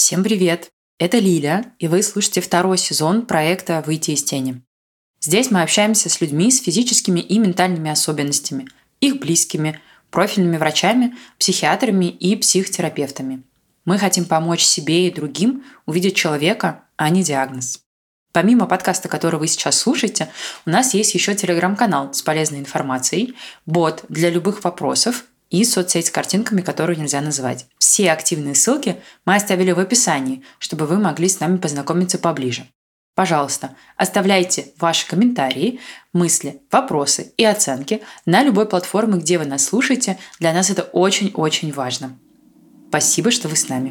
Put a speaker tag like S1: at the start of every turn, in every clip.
S1: Всем привет! Это Лиля, и вы слушаете второй сезон проекта «Выйти из тени». Здесь мы общаемся с людьми с физическими и ментальными особенностями, их близкими, профильными врачами, психиатрами и психотерапевтами. Мы хотим помочь себе и другим увидеть человека, а не диагноз. Помимо подкаста, который вы сейчас слушаете, у нас есть еще телеграм-канал с полезной информацией, бот для любых вопросов и соцсеть с картинками, которые нельзя называть. Все активные ссылки мы оставили в описании, чтобы вы могли с нами познакомиться поближе. Пожалуйста, оставляйте ваши комментарии, мысли, вопросы и оценки на любой платформе, где вы нас слушаете. Для нас это очень-очень важно. Спасибо, что вы с нами.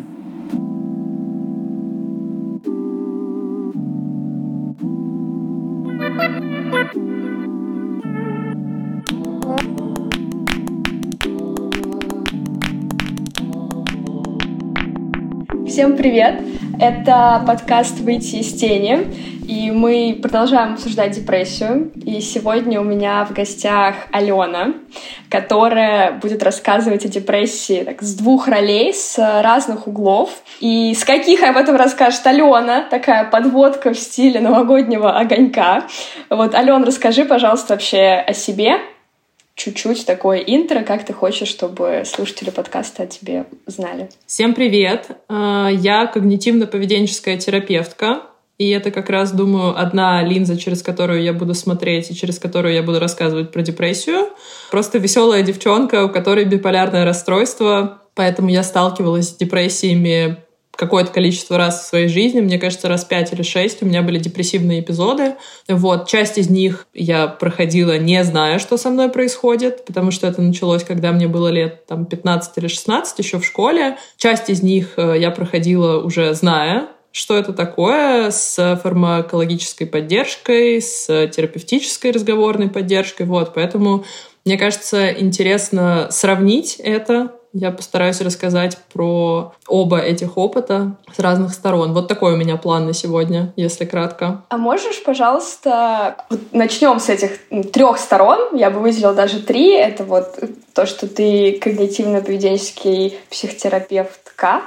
S2: Всем привет! Это подкаст «Выйти из тени», и мы продолжаем обсуждать депрессию. И сегодня у меня в гостях Алена, которая будет рассказывать о депрессии так, с двух ролей, с разных углов. И с каких об этом расскажет Алена, такая подводка в стиле новогоднего огонька. Вот, Ален, расскажи, пожалуйста, вообще о себе. Чуть-чуть такое интро, как ты хочешь, чтобы слушатели подкаста о тебе знали.
S3: Всем привет! Я когнитивно-поведенческая терапевтка, и это как раз, думаю, одна линза, через которую я буду смотреть и через которую я буду рассказывать про депрессию. Просто веселая девчонка, у которой биполярное расстройство, поэтому я сталкивалась с депрессиями какое-то количество раз в своей жизни, мне кажется, раз 5 или 6 у меня были депрессивные эпизоды. Вот, часть из них я проходила, не зная, что со мной происходит, потому что это началось, когда мне было лет 15 или 16, еще в школе. Часть из них я проходила уже зная, что это такое, с фармакологической поддержкой, с терапевтической разговорной поддержкой. Вот, поэтому, мне кажется, интересно сравнить это. Я постараюсь рассказать про оба этих опыта с разных сторон. Вот такой у меня план на сегодня, если кратко.
S2: А можешь, пожалуйста, начнем с этих 3 сторон. Я бы выделила даже 3. Это вот то, что ты когнитивно-поведенческий психотерапевтка.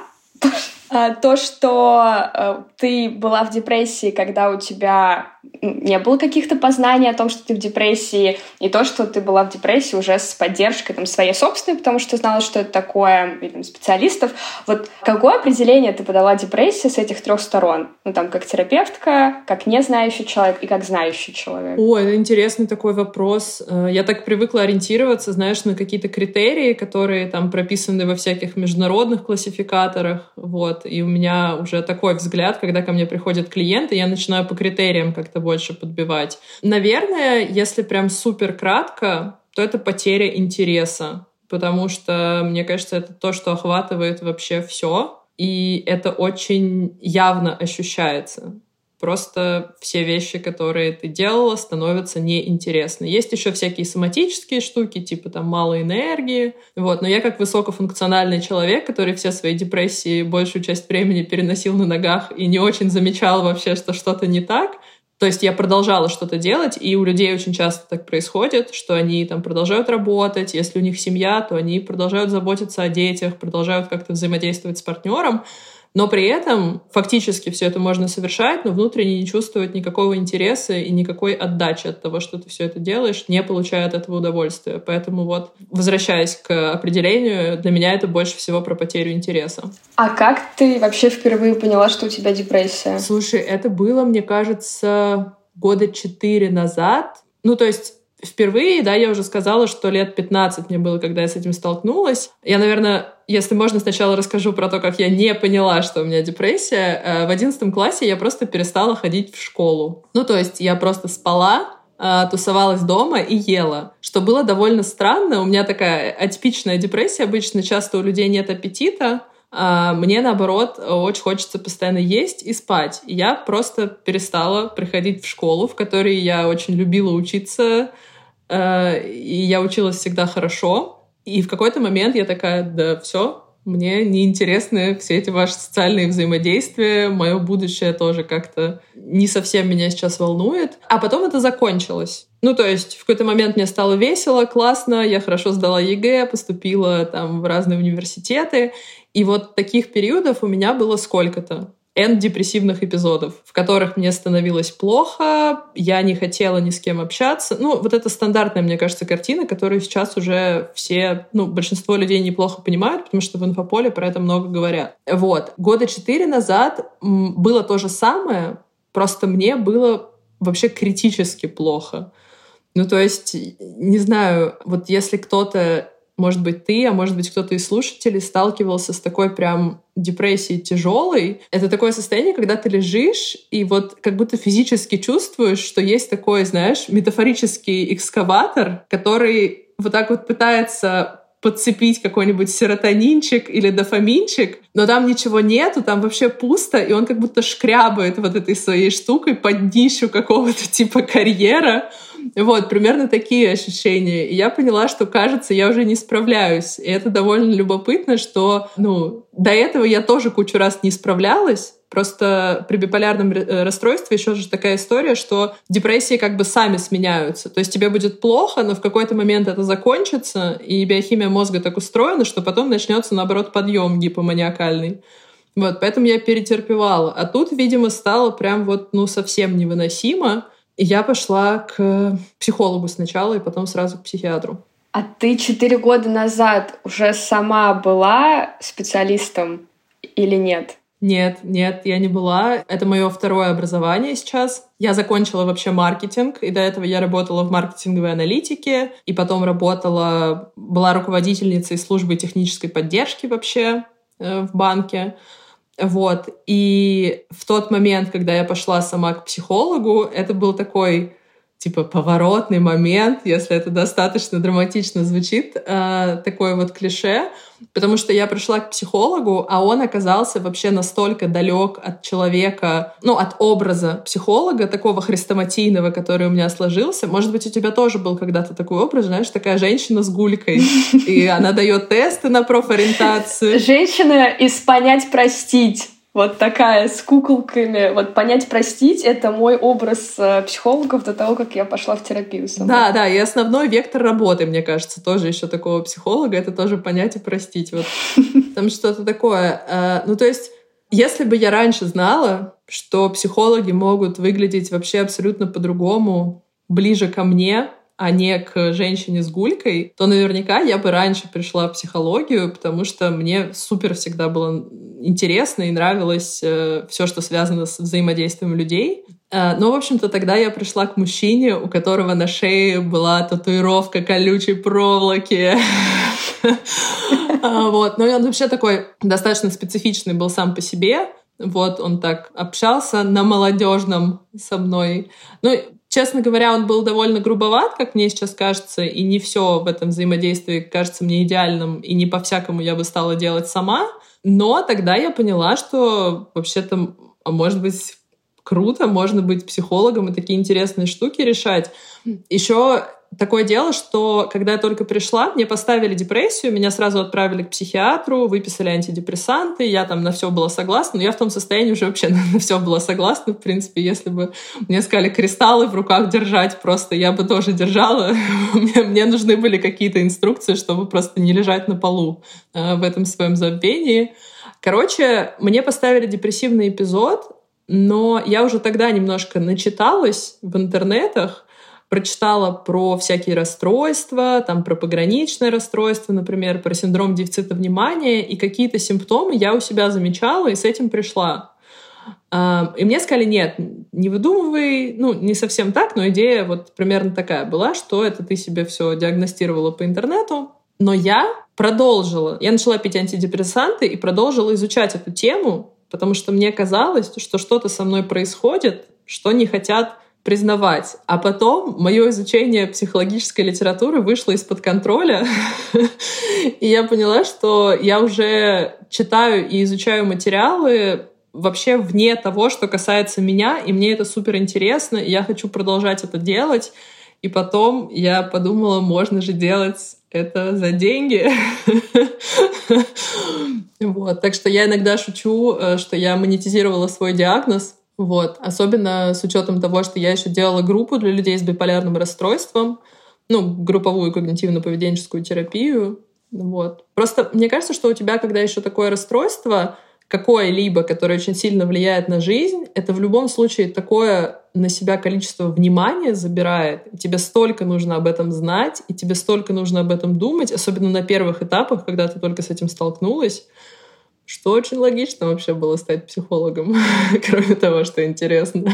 S2: То, что ты была в депрессии, когда у тебя не было каких-то познаний о том, что ты в депрессии, и то, что ты была в депрессии уже с поддержкой своей собственной, потому что знала, что это такое, и специалистов. Вот какое определение ты подала депрессии с этих 3 сторон? Как терапевтка, как незнающий человек и как знающий человек.
S3: Ой, это интересный такой вопрос. Я так привыкла ориентироваться, знаешь, на какие-то критерии, которые там прописаны во всяких международных классификаторах. Вот. И у меня уже такой взгляд, когда ко мне приходят клиенты, я начинаю по критериям как-то больше подбивать. Наверное, если прям супер кратко, то это потеря интереса, потому что, мне кажется, это то, что охватывает вообще все, и это очень явно ощущается. Просто все вещи, которые ты делала, становятся неинтересны. Есть еще всякие соматические штуки, типа мало энергии. Вот. Но я как высокофункциональный человек, который все свои депрессии большую часть времени переносил на ногах и не очень замечал вообще, что что-то не так. То есть я продолжала что-то делать, и у людей очень часто так происходит, что они продолжают работать. Если у них семья, то они продолжают заботиться о детях, продолжают как-то взаимодействовать с партнером. Но при этом фактически все это можно совершать, но внутренне не чувствовать никакого интереса и никакой отдачи от того, что ты все это делаешь, не получая от этого удовольствия. Поэтому вот, возвращаясь к определению, для меня это больше всего про потерю интереса. А
S2: как ты вообще впервые поняла, что у тебя депрессия?
S3: Слушай, это было, мне кажется, 4 года назад. То есть впервые, да, я уже сказала, что лет 15 мне было, когда я с этим столкнулась. Я, наверное, если можно, сначала расскажу про то, как я не поняла, что у меня депрессия. В 11 классе я просто перестала ходить в школу. То есть я просто спала, тусовалась дома и ела, что было довольно странно. У меня такая атипичная депрессия. Обычно часто у людей нет аппетита, а мне, наоборот, очень хочется постоянно есть и спать. И я просто перестала приходить в школу, в которой я очень любила учиться, и я училась всегда хорошо. И в какой-то момент я такая, да все, мне неинтересны все эти ваши социальные взаимодействия, мое будущее тоже как-то не совсем меня сейчас волнует. А потом это закончилось. То есть в какой-то момент мне стало весело, классно, я хорошо сдала ЕГЭ, поступила в разные университеты, И вот таких периодов у меня было сколько-то. N депрессивных эпизодов, в которых мне становилось плохо, я не хотела ни с кем общаться. Вот это стандартная, мне кажется, картина, которую сейчас уже все, большинство людей неплохо понимают, потому что в инфополе про это много говорят. Вот. 4 года назад было то же самое, просто мне было вообще критически плохо. То есть, не знаю, вот если кто-то, может быть, ты, а может быть, кто-то из слушателей сталкивался с такой прям депрессией тяжелой. Это такое состояние, когда ты лежишь и вот как будто физически чувствуешь, что есть такой, знаешь, метафорический экскаватор, который вот так вот пытается подцепить какой-нибудь серотонинчик или дофаминчик, но там ничего нету, там вообще пусто, и он как будто шкрябает вот этой своей штукой под днищу какого-то типа карьера. Вот, примерно такие ощущения. И я поняла, что, кажется, я уже не справляюсь. И это довольно любопытно, что, до этого я тоже кучу раз не справлялась. Просто при биполярном расстройстве еще же такая история, что депрессии как бы сами сменяются. То есть тебе будет плохо, но в какой-то момент это закончится, и биохимия мозга так устроена, что потом начнется, наоборот, подъем гипоманиакальный. Вот, поэтому я перетерпевала. А тут, видимо, стало прям совсем невыносимо. И я пошла к психологу сначала, и потом сразу к психиатру.
S2: А ты 4 года назад уже сама была специалистом или нет?
S3: Нет, я не была. Это мое второе образование сейчас. Я закончила вообще маркетинг, и до этого я работала в маркетинговой аналитике, и потом была руководительницей службы технической поддержки вообще в банке. Вот. И в тот момент, когда я пошла сама к психологу, это был такой, поворотный момент, если это достаточно драматично звучит, такое вот клише, потому что я пришла к психологу, а он оказался вообще настолько далек от человека, от образа психолога, такого хрестоматийного, который у меня сложился. Может быть, у тебя тоже был когда-то такой образ, знаешь, такая женщина с гулькой, и она дает тесты на профориентацию.
S2: Женщина из «понять, простить». Вот такая, с куколками. Вот «понять, простить» — это мой образ психологов до того, как я пошла в терапию сама.
S3: Да, и основной вектор работы, мне кажется, тоже еще такого психолога, это тоже понять и простить. Вот там что-то такое. То есть, если бы я раньше знала, что психологи могут выглядеть вообще абсолютно по-другому, ближе ко мне, а не к женщине с гулькой, то наверняка я бы раньше пришла в психологию, потому что мне супер всегда было интересно и нравилось все, что связано с взаимодействием людей. Но, в общем-то, тогда я пришла к мужчине, у которого на шее была татуировка колючей проволоки. Вот. Но он вообще такой достаточно специфичный был сам по себе. Вот, он так общался на молодежном со мной. Честно говоря, он был довольно грубоват, как мне сейчас кажется, и не все в этом взаимодействии кажется мне идеальным, и не по-всякому я бы стала делать сама. Но тогда я поняла, что вообще-то, может быть, круто, можно быть психологом и такие интересные штуки решать. Еще такое дело, что когда я только пришла, мне поставили депрессию, меня сразу отправили к психиатру, выписали антидепрессанты, я там на все была согласна, но я в том состоянии уже вообще на все была согласна. В принципе, если бы мне сказали кристаллы в руках держать, просто я бы тоже держала. Мне нужны были какие-то инструкции, чтобы просто не лежать на полу в этом своем забвении. Короче, мне поставили депрессивный эпизод, но я уже тогда немножко начиталась в интернетах, прочитала про всякие расстройства, там про пограничное расстройство, например, про синдром дефицита внимания, и какие-то симптомы я у себя замечала и с этим пришла. И мне сказали, нет, не выдумывай, не совсем так, но идея вот примерно такая была, что это ты себе все диагностировала по интернету. Но я начала пить антидепрессанты и продолжила изучать эту тему, потому что мне казалось, что что-то со мной происходит, что не хотят признавать. А потом мое изучение психологической литературы вышло из-под контроля, и я поняла, что я уже читаю и изучаю материалы вообще вне того, что касается меня, и мне это супер интересно, и я хочу продолжать это делать. И потом я подумала, можно же делать это за деньги. Вот. Так что я иногда шучу, что я монетизировала свой диагноз. Вот. Особенно с учетом того, что я еще делала группу для людей с биполярным расстройством, групповую когнитивно-поведенческую терапию. Вот. Просто мне кажется, что у тебя, когда еще такое расстройство, какое-либо, которое очень сильно влияет на жизнь, это в любом случае такое на себя количество внимания забирает. И тебе столько нужно об этом знать, и тебе столько нужно об этом думать, особенно на первых этапах, когда ты только с этим столкнулась, что очень логично вообще было стать психологом, кроме того, что интересно.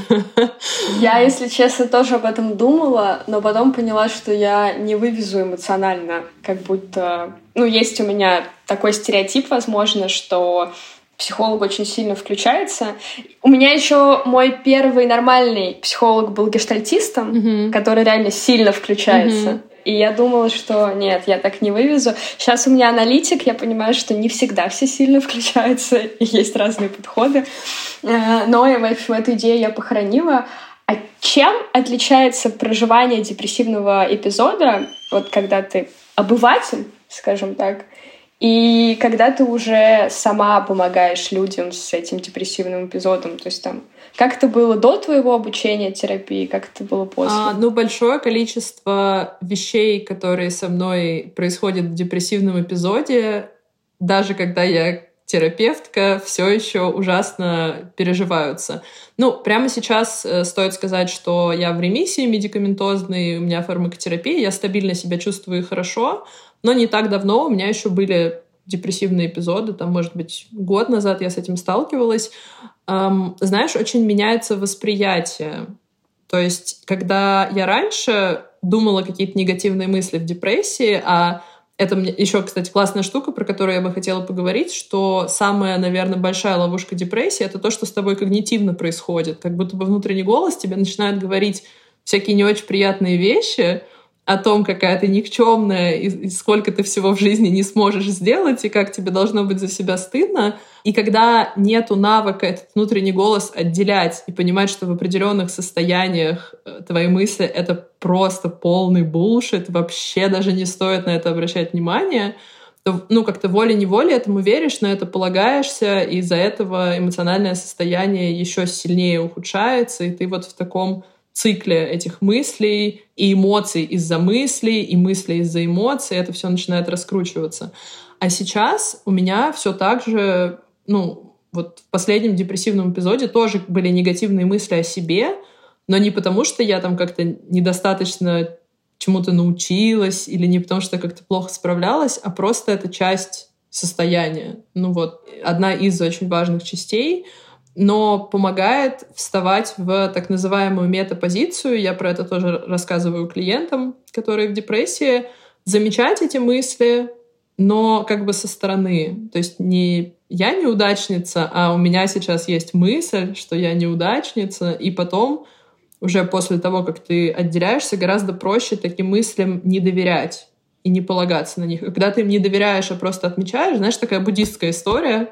S2: Я, если честно, тоже об этом думала, но потом поняла, что я не вывезу эмоционально, как будто... есть у меня такой стереотип, возможно, что психолог очень сильно включается. У меня еще мой первый нормальный психолог был гештальтистом, который реально сильно включается. И я думала, что нет, я так не вывезу. Сейчас у меня аналитик, я понимаю, что не всегда все сильно включаются, и есть разные подходы. Но, в общем, эту идею я похоронила. А чем отличается проживание депрессивного эпизода, вот когда ты обыватель, скажем так, и когда ты уже сама помогаешь людям с этим депрессивным эпизодом? То есть там, как это было до твоего обучения терапии, как это было после?
S3: Большое количество вещей, которые со мной происходят в депрессивном эпизоде, даже когда я терапевтка, все еще ужасно переживаются. Прямо сейчас стоит сказать, что я в ремиссии медикаментозной, у меня фармакотерапия, я стабильно себя чувствую и хорошо, но не так давно у меня еще были депрессивные эпизоды, там, может быть, год назад я с этим сталкивалась. Знаешь, очень меняется восприятие. То есть, когда я раньше думала какие-то негативные мысли в депрессии, а это еще, кстати, классная штука, про которую я бы хотела поговорить, что самая, наверное, большая ловушка депрессии — это то, что с тобой когнитивно происходит. Как будто бы внутренний голос тебе начинает говорить всякие не очень приятные вещи о том, какая ты никчемная и сколько ты всего в жизни не сможешь сделать, и как тебе должно быть за себя стыдно. И когда нету навыка этот внутренний голос отделять и понимать, что в определенных состояниях твои мысли — это просто полный булшит, вообще даже не стоит на это обращать внимание, то, как-то волей-неволей этому веришь, на это полагаешься, и из-за этого эмоциональное состояние еще сильнее ухудшается, и ты вот в таком цикле этих мыслей и эмоций из-за мыслей, и мыслей из-за эмоций, это все начинает раскручиваться. А сейчас у меня все так же, вот в последнем депрессивном эпизоде тоже были негативные мысли о себе, но не потому, что я там как-то недостаточно чему-то научилась, или не потому, что как-то плохо справлялась, а просто это часть состояния. Одна из очень важных частей, но помогает вставать в так называемую метапозицию. Я про это тоже рассказываю клиентам, которые в депрессии. Замечать эти мысли, но как бы со стороны. То есть не я неудачница, а у меня сейчас есть мысль, что я неудачница, и потом, уже после того, как ты отделяешься, гораздо проще таким мыслям не доверять и не полагаться на них. И когда ты им не доверяешь, а просто отмечаешь, знаешь, такая буддистская история.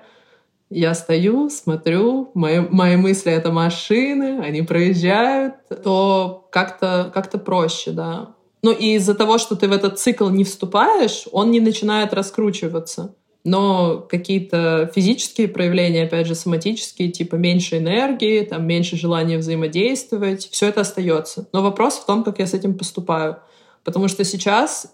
S3: Я стою, смотрю, мои мысли — это машины, они проезжают, то как-то проще, да. И из-за того, что ты в этот цикл не вступаешь, он не начинает раскручиваться. Но какие-то физические проявления, опять же, соматические, типа меньше энергии, там, меньше желания взаимодействовать, все это остается. Но вопрос в том, как я с этим поступаю. Потому что сейчас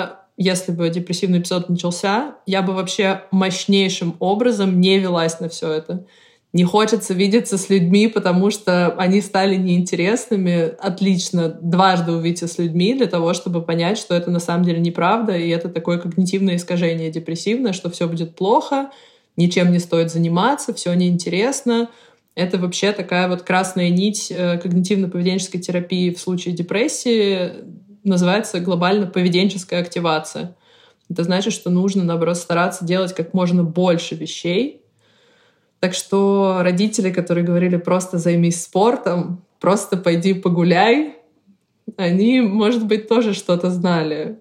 S3: если бы депрессивный эпизод начался, я бы вообще мощнейшим образом не велась на все это. Не хочется видеться с людьми, потому что они стали неинтересными. Отлично дважды увидеться с людьми для того, чтобы понять, что это на самом деле неправда, и это такое когнитивное искажение депрессивное, что все будет плохо, ничем не стоит заниматься, все неинтересно. Это вообще такая вот красная нить когнитивно-поведенческой терапии в случае депрессии, называется глобально-поведенческая активация. Это значит, что нужно, наоборот, стараться делать как можно больше вещей. Так что родители, которые говорили «просто займись спортом», «просто пойди погуляй», они, может быть, тоже что-то знали.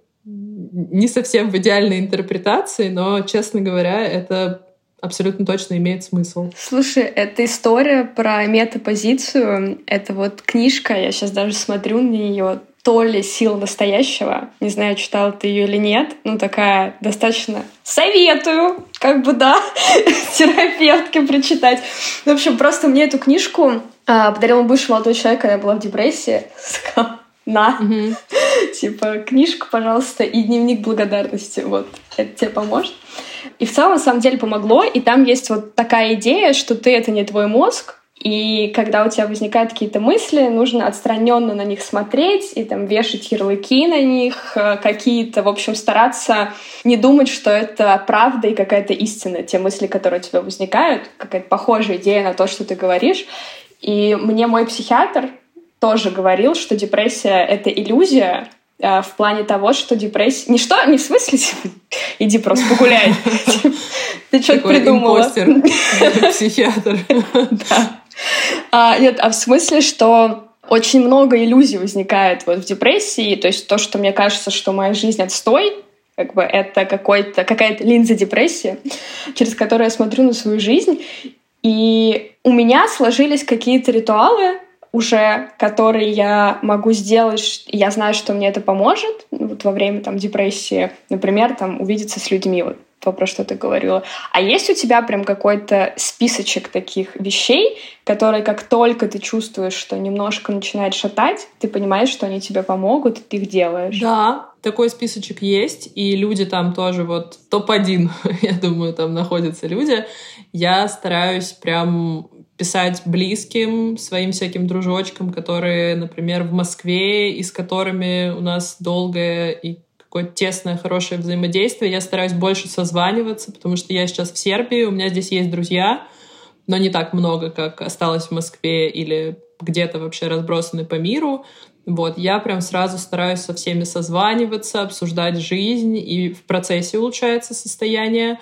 S3: Не совсем в идеальной интерпретации, но, честно говоря, это абсолютно точно имеет смысл.
S2: Слушай, эта история про метапозицию, это вот книжка, я сейчас даже смотрю на нее, то ли «Сила настоящего». Не знаю, читала ты ее или нет. Такая достаточно... Советую! Терапевтке прочитать. В общем, просто мне эту книжку подарил бывший молодой человек, когда я была в депрессии. Сказал: на, Типа, книжку, пожалуйста, и дневник благодарности. Вот, это тебе поможет. И в целом, на самом деле, помогло. И там есть вот такая идея, что ты — это не твой мозг, и когда у тебя возникают какие-то мысли, нужно отстраненно на них смотреть и там вешать ярлыки на них, какие-то, в общем, стараться не думать, что это правда и какая-то истина. Те мысли, которые у тебя возникают, какая-то похожая идея на то, что ты говоришь. И мне мой психиатр тоже говорил, что депрессия — это иллюзия, в плане того, что депрессия... Не в смысле, иди просто погуляй. Ты что-то придумала.
S3: Импостер, психиатр.
S2: Да. Нет, в смысле, что очень много иллюзий возникает вот в депрессии. То есть то, что мне кажется, что моя жизнь отстой, как бы это какая-то линза депрессии, через которую я смотрю на свою жизнь. И у меня сложились какие-то ритуалы, уже, которые я могу сделать, я знаю, что мне это поможет вот во время там депрессии, например, там увидеться с людьми, вот то, про что ты говорила. А есть у тебя прям какой-то списочек таких вещей, которые, как только ты чувствуешь, что немножко начинает шатать, ты понимаешь, что они тебе помогут, и ты их делаешь?
S3: Да, такой списочек есть, и люди там тоже вот топ-1, я думаю, там находятся люди. Я стараюсь прям писать близким, своим всяким дружочкам, которые, например, в Москве, и с которыми у нас долгое и какое-то тесное, хорошее взаимодействие. Я стараюсь больше созваниваться, потому что я сейчас в Сербии, у меня здесь есть друзья, но не так много, как осталось в Москве или где-то вообще разбросаны по миру. Вот, я прям сразу стараюсь со всеми созваниваться, обсуждать жизнь, и в процессе улучшается состояние.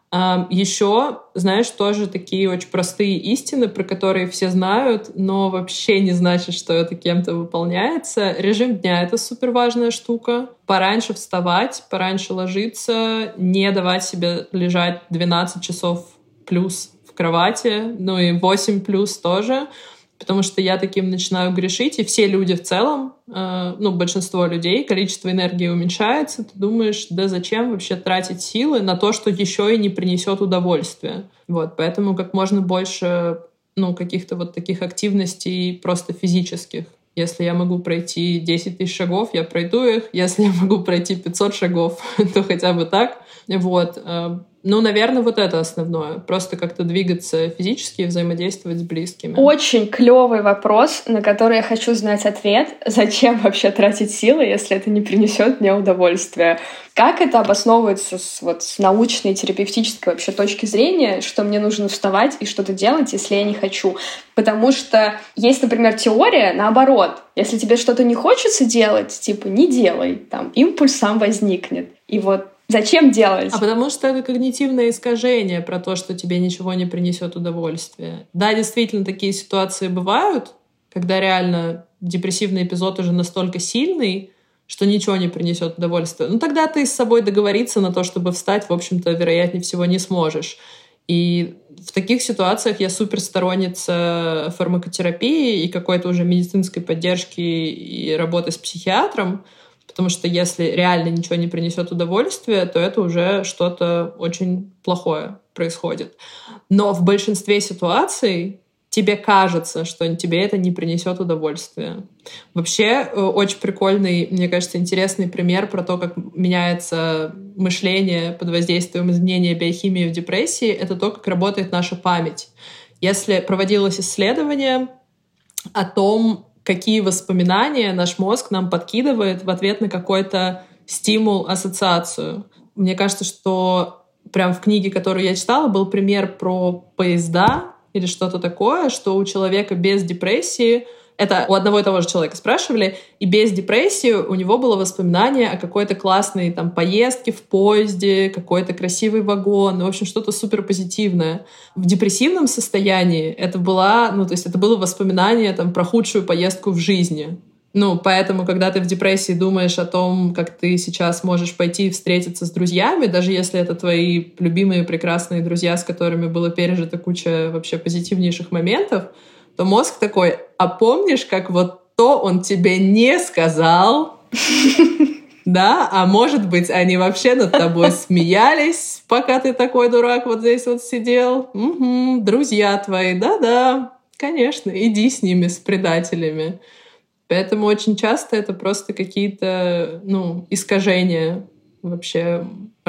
S3: Еще, знаешь, тоже такие очень простые истины, про которые все знают, но вообще не значит, что это кем-то выполняется. Режим дня — это супер важная штука. Пораньше вставать, пораньше ложиться, не давать себе лежать 12 часов плюс в кровати, ну и 8 плюс тоже, потому что я таким начинаю грешить, и все люди в целом, большинство людей, количество энергии уменьшается, ты думаешь, да зачем вообще тратить силы на то, что еще и не принесет удовольствия. Вот, поэтому как можно больше, каких-то вот таких активностей просто физических. Если я могу пройти 10 тысяч шагов, я пройду их. Если я могу пройти 500 шагов, то хотя бы так. Вот. Наверное, вот это основное. Просто как-то двигаться физически и взаимодействовать с близкими.
S2: Очень клевый вопрос, на который я хочу знать ответ. Зачем вообще тратить силы, если это не принесет мне удовольствия? Как это обосновывается с научной, терапевтической вообще точки зрения, что мне нужно вставать и что-то делать, если я не хочу? Потому что есть, например, теория наоборот. Если тебе что-то не хочется делать, типа не делай, там импульс сам возникнет. И вот зачем делать?
S3: А потому что это когнитивное искажение про то, что тебе ничего не принесет удовольствия. Да, действительно, такие ситуации бывают, когда реально депрессивный эпизод уже настолько сильный, что ничего не принесет удовольствия. Тогда ты с собой договориться на то, чтобы встать, в общем-то, вероятнее всего, не сможешь. И в таких ситуациях я супер сторонница фармакотерапии и какой-то уже медицинской поддержки и работы с психиатром, потому что если реально ничего не принесет удовольствия, то это уже что-то очень плохое происходит. Но в большинстве ситуаций тебе кажется, что тебе это не принесет удовольствия. Вообще, очень прикольный, мне кажется, интересный пример про то, как меняется мышление под воздействием изменения биохимии в депрессии, это то, как работает наша память. Если проводилось исследование о том, какие воспоминания наш мозг нам подкидывает в ответ на какой-то стимул, ассоциацию. Мне кажется, что прям в книге, которую я читала, был пример про поезда или что-то такое, что у человека без депрессии, это у одного и того же человека спрашивали, и без депрессии у него было воспоминание о какой-то классной там поездке в поезде, какой-то красивый вагон, в общем, что-то суперпозитивное. В депрессивном состоянии это было воспоминание там про худшую поездку в жизни. Поэтому, когда ты в депрессии думаешь о том, как ты сейчас можешь пойти и встретиться с друзьями, даже если это твои любимые прекрасные друзья, с которыми было пережито куча вообще позитивнейших моментов, то мозг такой: а помнишь, как вот то он тебе не сказал? Да, а может быть, они вообще над тобой смеялись, пока ты такой дурак вот здесь вот сидел? Друзья твои, да-да, конечно, иди с ними, с предателями. Поэтому очень часто это просто какие-то, искажения вообще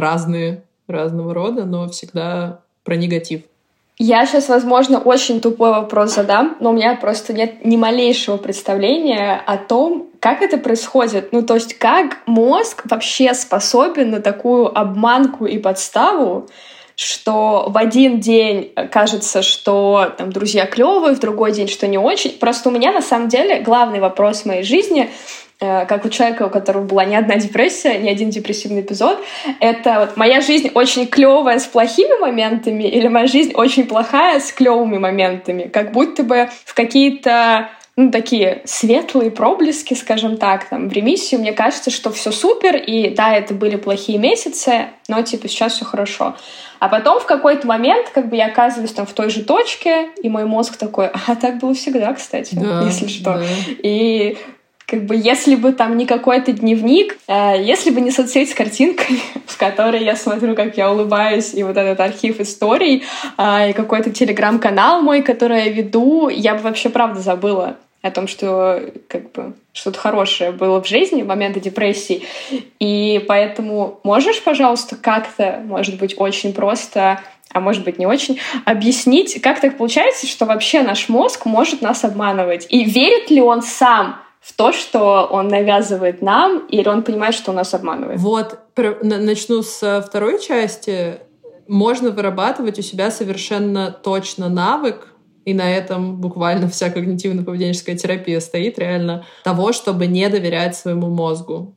S3: разного рода, но всегда про негатив.
S2: Я сейчас, возможно, очень тупой вопрос задам, но у меня просто нет ни малейшего представления о том, как это происходит. То есть как мозг вообще способен на такую обманку и подставу, что в один день кажется, что там друзья клевые, в другой день, что не очень. Просто у меня, на самом деле, главный вопрос в моей жизни, как у человека, у которого была не одна депрессия, не один депрессивный эпизод, это вот моя жизнь очень клевая с плохими моментами или моя жизнь очень плохая с клевыми моментами. Как будто бы в какие-то такие светлые проблески, скажем так, в ремиссию, мне кажется, что все супер, и да, это были плохие месяцы, но сейчас все хорошо. А потом в какой-то момент я оказываюсь в той же точке, и мой мозг такой, так было всегда, кстати,
S3: да,
S2: если что.
S3: Да.
S2: И если бы там не какой-то дневник, если бы не соцсеть с картинкой, в которой я смотрю, как я улыбаюсь, и вот этот архив историй, и какой-то телеграм-канал мой, который я веду, я бы вообще правда забыла о том, что что-то хорошее было в жизни в моменты депрессии. И поэтому можешь, пожалуйста, как-то, может быть, очень просто, а может быть, не очень, объяснить, как так получается, что вообще наш мозг может нас обманывать? И верит ли он сам в то, что он навязывает нам, или он понимает, что он нас обманывает?
S3: Вот, начну с второй части. Можно вырабатывать у себя совершенно точно навык, и на этом буквально вся когнитивно-поведенческая терапия стоит, реально, того, чтобы не доверять своему мозгу.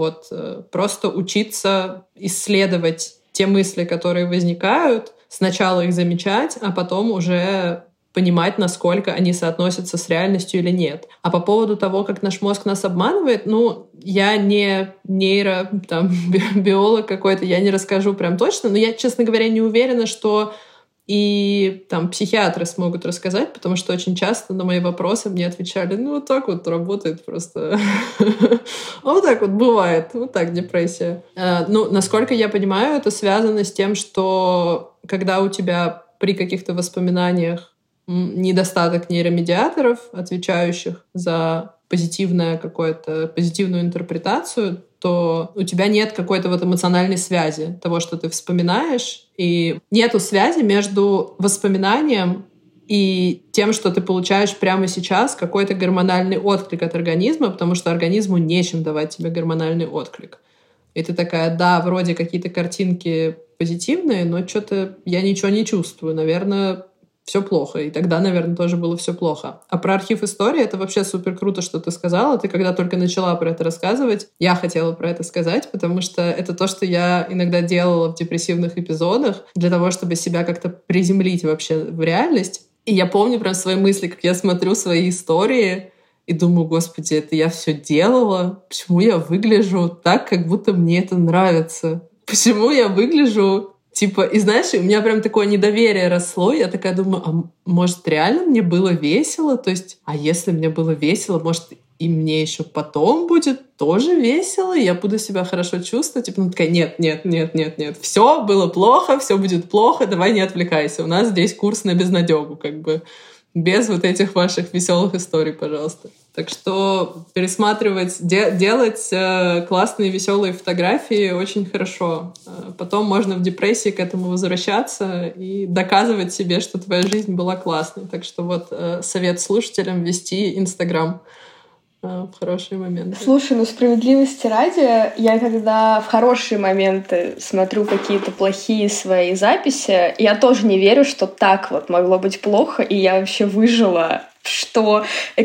S3: Просто учиться исследовать те мысли, которые возникают, сначала их замечать, а потом уже понимать, насколько они соотносятся с реальностью или нет. А по поводу того, как наш мозг нас обманывает, я не биолог какой-то, я не расскажу прям точно, но я, честно говоря, не уверена, что и психиатры смогут рассказать, потому что очень часто на мои вопросы мне отвечали, вот так вот работает просто. Вот так вот бывает, вот так депрессия. Насколько я понимаю, это связано с тем, что когда у тебя при каких-то воспоминаниях недостаток нейромедиаторов, отвечающих за позитивную интерпретацию, то у тебя нет какой-то эмоциональной связи того, что ты вспоминаешь, и нету связи между воспоминанием и тем, что ты получаешь прямо сейчас, какой-то гормональный отклик от организма, потому что организму нечем давать тебе гормональный отклик. И ты такая, да, вроде какие-то картинки позитивные, но что-то я ничего не чувствую, наверное, все плохо. И тогда, наверное, тоже было все плохо. А про архив истории это вообще супер круто, что ты сказала. Ты когда только начала про это рассказывать, я хотела про это сказать, потому что это то, что я иногда делала в депрессивных эпизодах для того, чтобы себя как-то приземлить вообще в реальность. И я помню прям свои мысли, как я смотрю свои истории и думаю, господи, это я все делала? Почему я выгляжу так, как будто мне это нравится? Почему я выгляжу и знаешь, у меня прям такое недоверие росло, я такая думаю, а может реально мне было весело? То есть, а если мне было весело, может и мне еще потом будет тоже весело, и я буду себя хорошо чувствовать? Такая, нет, все было плохо, все будет плохо, давай не отвлекайся, у нас здесь курс на безнадегу, без вот этих ваших веселых историй, пожалуйста. Так что пересматривать, делать классные веселые фотографии очень хорошо. Потом можно в депрессии к этому возвращаться и доказывать себе, что твоя жизнь была классной. Так что совет слушателям вести Инстаграм в хорошие моменты.
S2: Слушай, справедливости ради, я когда в хорошие моменты смотрю какие-то плохие свои записи, я тоже не верю, что так могло быть плохо, и я вообще выжила, что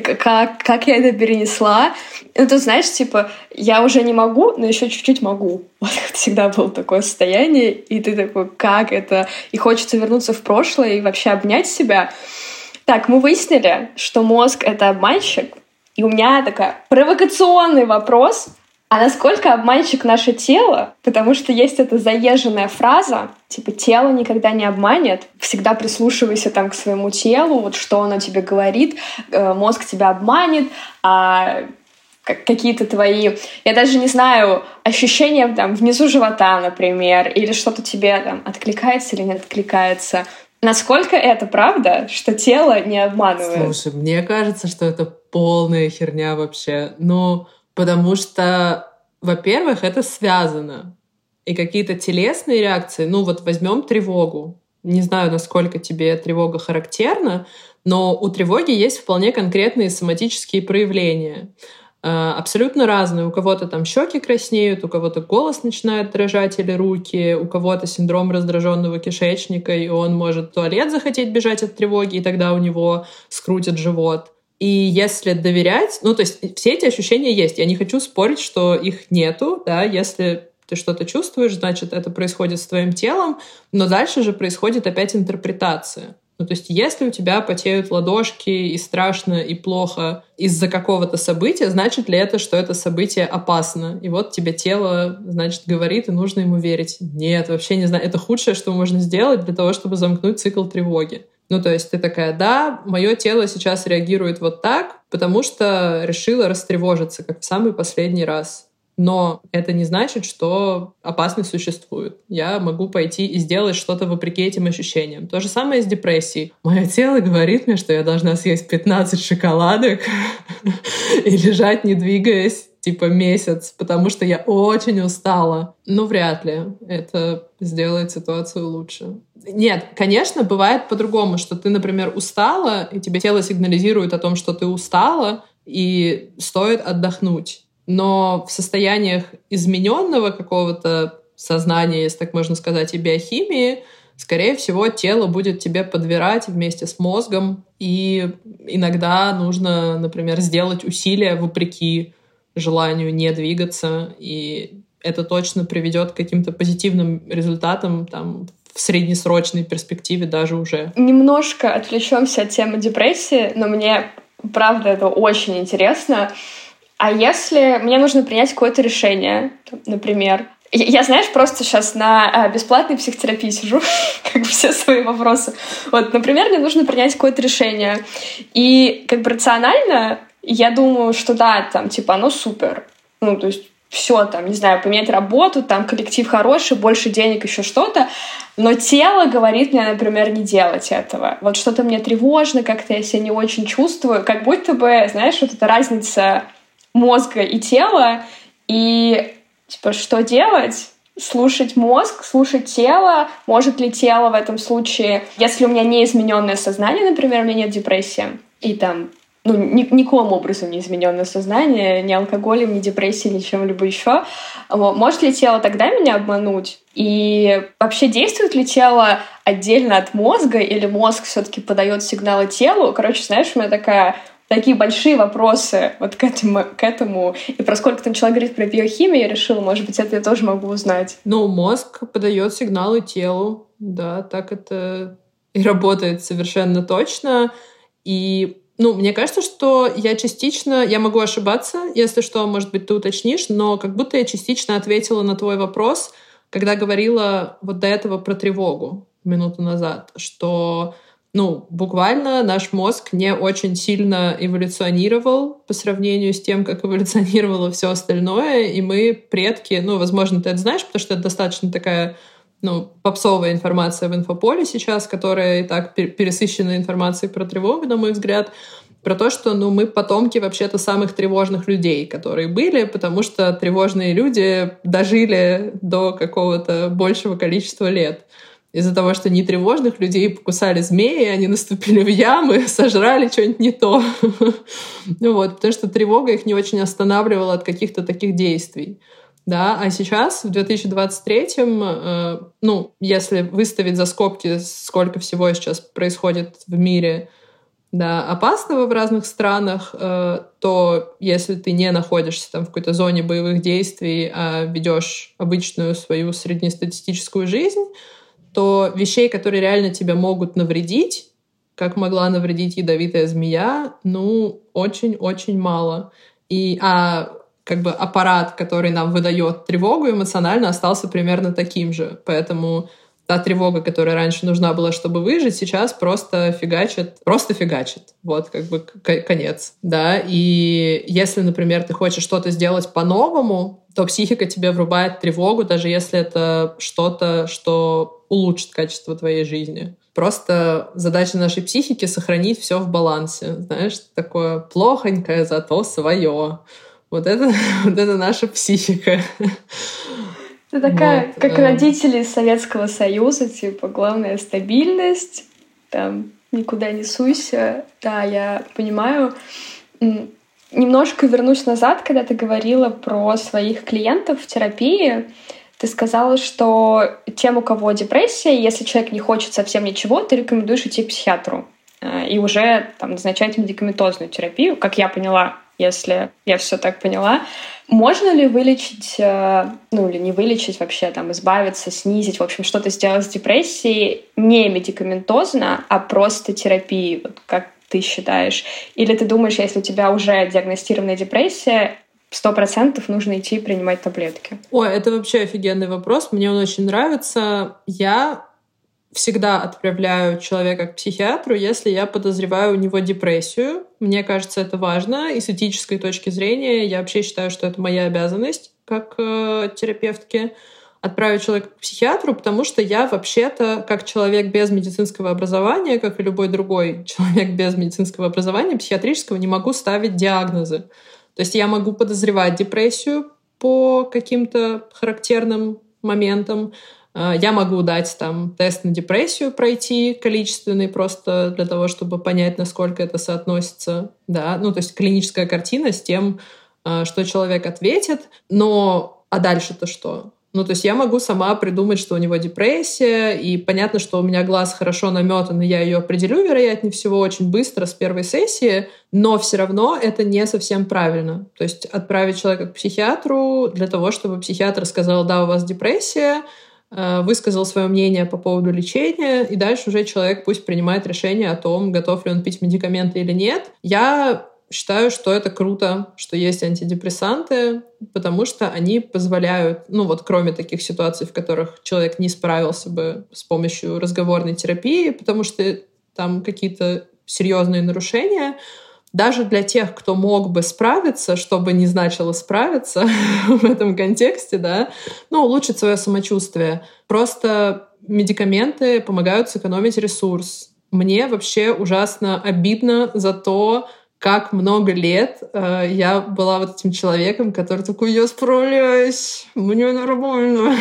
S2: как я это перенесла. Ты знаешь, я уже не могу, но еще чуть-чуть могу. Всегда было такое состояние, и ты такой, как это? И хочется вернуться в прошлое и вообще обнять себя. Так, мы выяснили, что мозг — это обманщик. И у меня такой провокационный вопрос. А насколько обманщик наше тело? Потому что есть эта заезженная фраза, тело никогда не обманет. Всегда прислушивайся к своему телу, что оно тебе говорит. Мозг тебя обманет, а какие-то твои, я даже не знаю, ощущения внизу живота, например, или что-то тебе откликается или не откликается. Насколько это правда, что тело не обманывает?
S3: Слушай, мне кажется, что это полная херня вообще. Ну, потому что, во-первых, это связано. И какие-то телесные реакции, ну вот возьмем тревогу. Не знаю, насколько тебе тревога характерна, но у тревоги есть вполне конкретные соматические проявления. Абсолютно разные. У кого-то там щеки краснеют, у кого-то голос начинает дрожать или руки, у кого-то синдром раздраженного кишечника, и он может в туалет захотеть бежать от тревоги, и тогда у него скрутит живот. И если доверять, ну то есть все эти ощущения есть. Я не хочу спорить, что их нету, да, если ты что-то чувствуешь, значит, это происходит с твоим телом, но дальше же происходит опять интерпретация. Ну, то есть если у тебя потеют ладошки и страшно, и плохо из-за какого-то события, значит ли это, что это событие опасно? И вот тебе тело, значит, говорит, и нужно ему верить. Нет, вообще не знаю. Это худшее, что можно сделать для того, чтобы замкнуть цикл тревоги. Ну, то есть ты такая, да, мое тело сейчас реагирует вот так, потому что решила растревожиться, как в самый последний раз. Но это не значит, что опасность существует. Я могу пойти и сделать что-то вопреки этим ощущениям. То же самое с депрессией. Мое тело говорит мне, что я должна съесть 15 шоколадок и лежать, не двигаясь, типа месяц, потому что я очень устала. Ну, вряд ли это сделает ситуацию лучше. Нет, конечно, бывает по-другому, что ты, например, устала, и тебе тело сигнализирует о том, что ты устала, и стоит отдохнуть. Но в состояниях измененного какого-то сознания, если так можно сказать, и биохимии, скорее всего, тело будет тебе подбирать вместе с мозгом, и иногда нужно, например, сделать усилия вопреки желанию не двигаться, и это точно приведет к каким-то позитивным результатам там, в среднесрочной перспективе даже уже.
S2: Немножко отвлечемся от темы депрессии, но мне, правда, это очень интересно. А если мне нужно принять какое-то решение, например... Я, знаешь, просто сейчас на бесплатной психотерапии сижу, как бы все свои вопросы. Вот, например, мне нужно принять какое-то решение. И как бы рационально я думаю, что да, там, типа, оно супер. Ну, то есть все, там, не знаю, поменять работу, там, коллектив хороший, больше денег, еще что-то. Но тело говорит мне, например, не делать этого. Вот что-то мне тревожно, как-то я себя не очень чувствую. Как будто бы, знаешь, вот эта разница мозга и тела, и типа что делать? Слушать мозг, слушать тело. Может ли тело в этом случае, если у меня не измененное сознание, например, у меня нет депрессии, и там, ну, никаким образом не измененное сознание, ни алкоголем, ни депрессией, ни чем-либо еще, может ли тело тогда меня обмануть? И вообще действует ли тело отдельно от мозга, или мозг все-таки подает сигналы телу? Короче, знаешь, у меня такие большие вопросы вот к этому. И про сколько там человек говорит про биохимию, я решила, может быть, это я тоже могу узнать.
S3: Ну, мозг подает сигналы телу. Да, так это и работает совершенно точно. И, ну, мне кажется, что я могу ошибаться, если что, может быть, ты уточнишь, но как будто я частично ответила на твой вопрос, когда говорила вот до этого про тревогу минуту назад, что... Ну, буквально наш мозг не очень сильно эволюционировал по сравнению с тем, как эволюционировало все остальное, и мы предки, ну, возможно, ты это знаешь, потому что это достаточно такая, ну, попсовая информация в инфополе сейчас, которая и так пересыщена информацией про тревогу, на мой взгляд, про то, что, ну, мы потомки вообще-то самых тревожных людей, которые были, потому что тревожные люди дожили до какого-то большего количества лет. Из-за того, что нетревожных людей покусали змеи, они наступили в ямы, сожрали что-нибудь не то. Ну вот, потому что тревога их не очень останавливала от каких-то таких действий. Да? А сейчас, в 2023-м, ну, если выставить за скобки, сколько всего сейчас происходит в мире, да, опасного в разных странах, то если ты не находишься там в какой-то зоне боевых действий, а ведешь обычную свою среднестатистическую жизнь, то вещей, которые реально тебе могут навредить, как могла навредить ядовитая змея, ну, очень-очень мало. Как бы аппарат, который нам выдает тревогу эмоционально, остался примерно таким же. Поэтому та тревога, которая раньше нужна была, чтобы выжить, сейчас просто фигачит. Вот, как бы конец. Да? И если, например, ты хочешь что-то сделать по-новому, то психика тебе врубает тревогу, даже если это что-то, что улучшит качество твоей жизни. Просто задача нашей психики — сохранить все в балансе. Знаешь, такое плохонькое, зато свое. Вот это наша психика.
S2: Ты такая, как родители из Советского Союза, типа, главное — стабильность, там, никуда не суйся. Да, я понимаю. Немножко вернусь назад, когда ты говорила про своих клиентов в терапии. Ты сказала, что тем, у кого депрессия, если человек не хочет совсем ничего, ты рекомендуешь идти к психиатру и уже там назначать медикаментозную терапию, как я поняла, если я все так поняла. Можно ли вылечить, или не вылечить вообще, там, избавиться, снизить, в общем, что-то сделать с депрессией не медикаментозно, а просто терапией, вот как ты считаешь? Или ты думаешь, если у тебя уже диагностированная депрессия, 100% нужно идти и принимать таблетки?
S3: Ой, это вообще офигенный вопрос. Мне он очень нравится. Я всегда отправляю человека к психиатру, если я подозреваю у него депрессию. Мне кажется, это важно. И с этической точки зрения я вообще считаю, что это моя обязанность как терапевтки отправить человека к психиатру, потому что я вообще-то, как человек без медицинского образования, как и любой другой человек без медицинского образования, психиатрического, не могу ставить диагнозы. То есть я могу подозревать депрессию по каким-то характерным моментам. Я могу дать там тест на депрессию пройти количественный просто для того, чтобы понять, насколько это соотносится. Да? То есть клиническая картина с тем, что человек ответит. А дальше-то что? То есть я могу сама придумать, что у него депрессия, и понятно, что у меня глаз хорошо наметан, и я ее определю, вероятнее всего, очень быстро с первой сессии, но все равно это не совсем правильно. То есть отправить человека к психиатру для того, чтобы психиатр сказал: да, у вас депрессия, высказал свое мнение по поводу лечения, и дальше уже человек пусть принимает решение о том, готов ли он пить медикаменты или нет. Я считаю, что это круто, что есть антидепрессанты, потому что они позволяют, кроме таких ситуаций, в которых человек не справился бы с помощью разговорной терапии, потому что там какие-то серьезные нарушения, даже для тех, кто мог бы справиться, что бы ни значило справиться в этом контексте, да, улучшить свое самочувствие. Просто медикаменты помогают сэкономить ресурс. Мне вообще ужасно обидно за то, как много лет я была вот этим человеком, который такой: я справляюсь, мне нормально.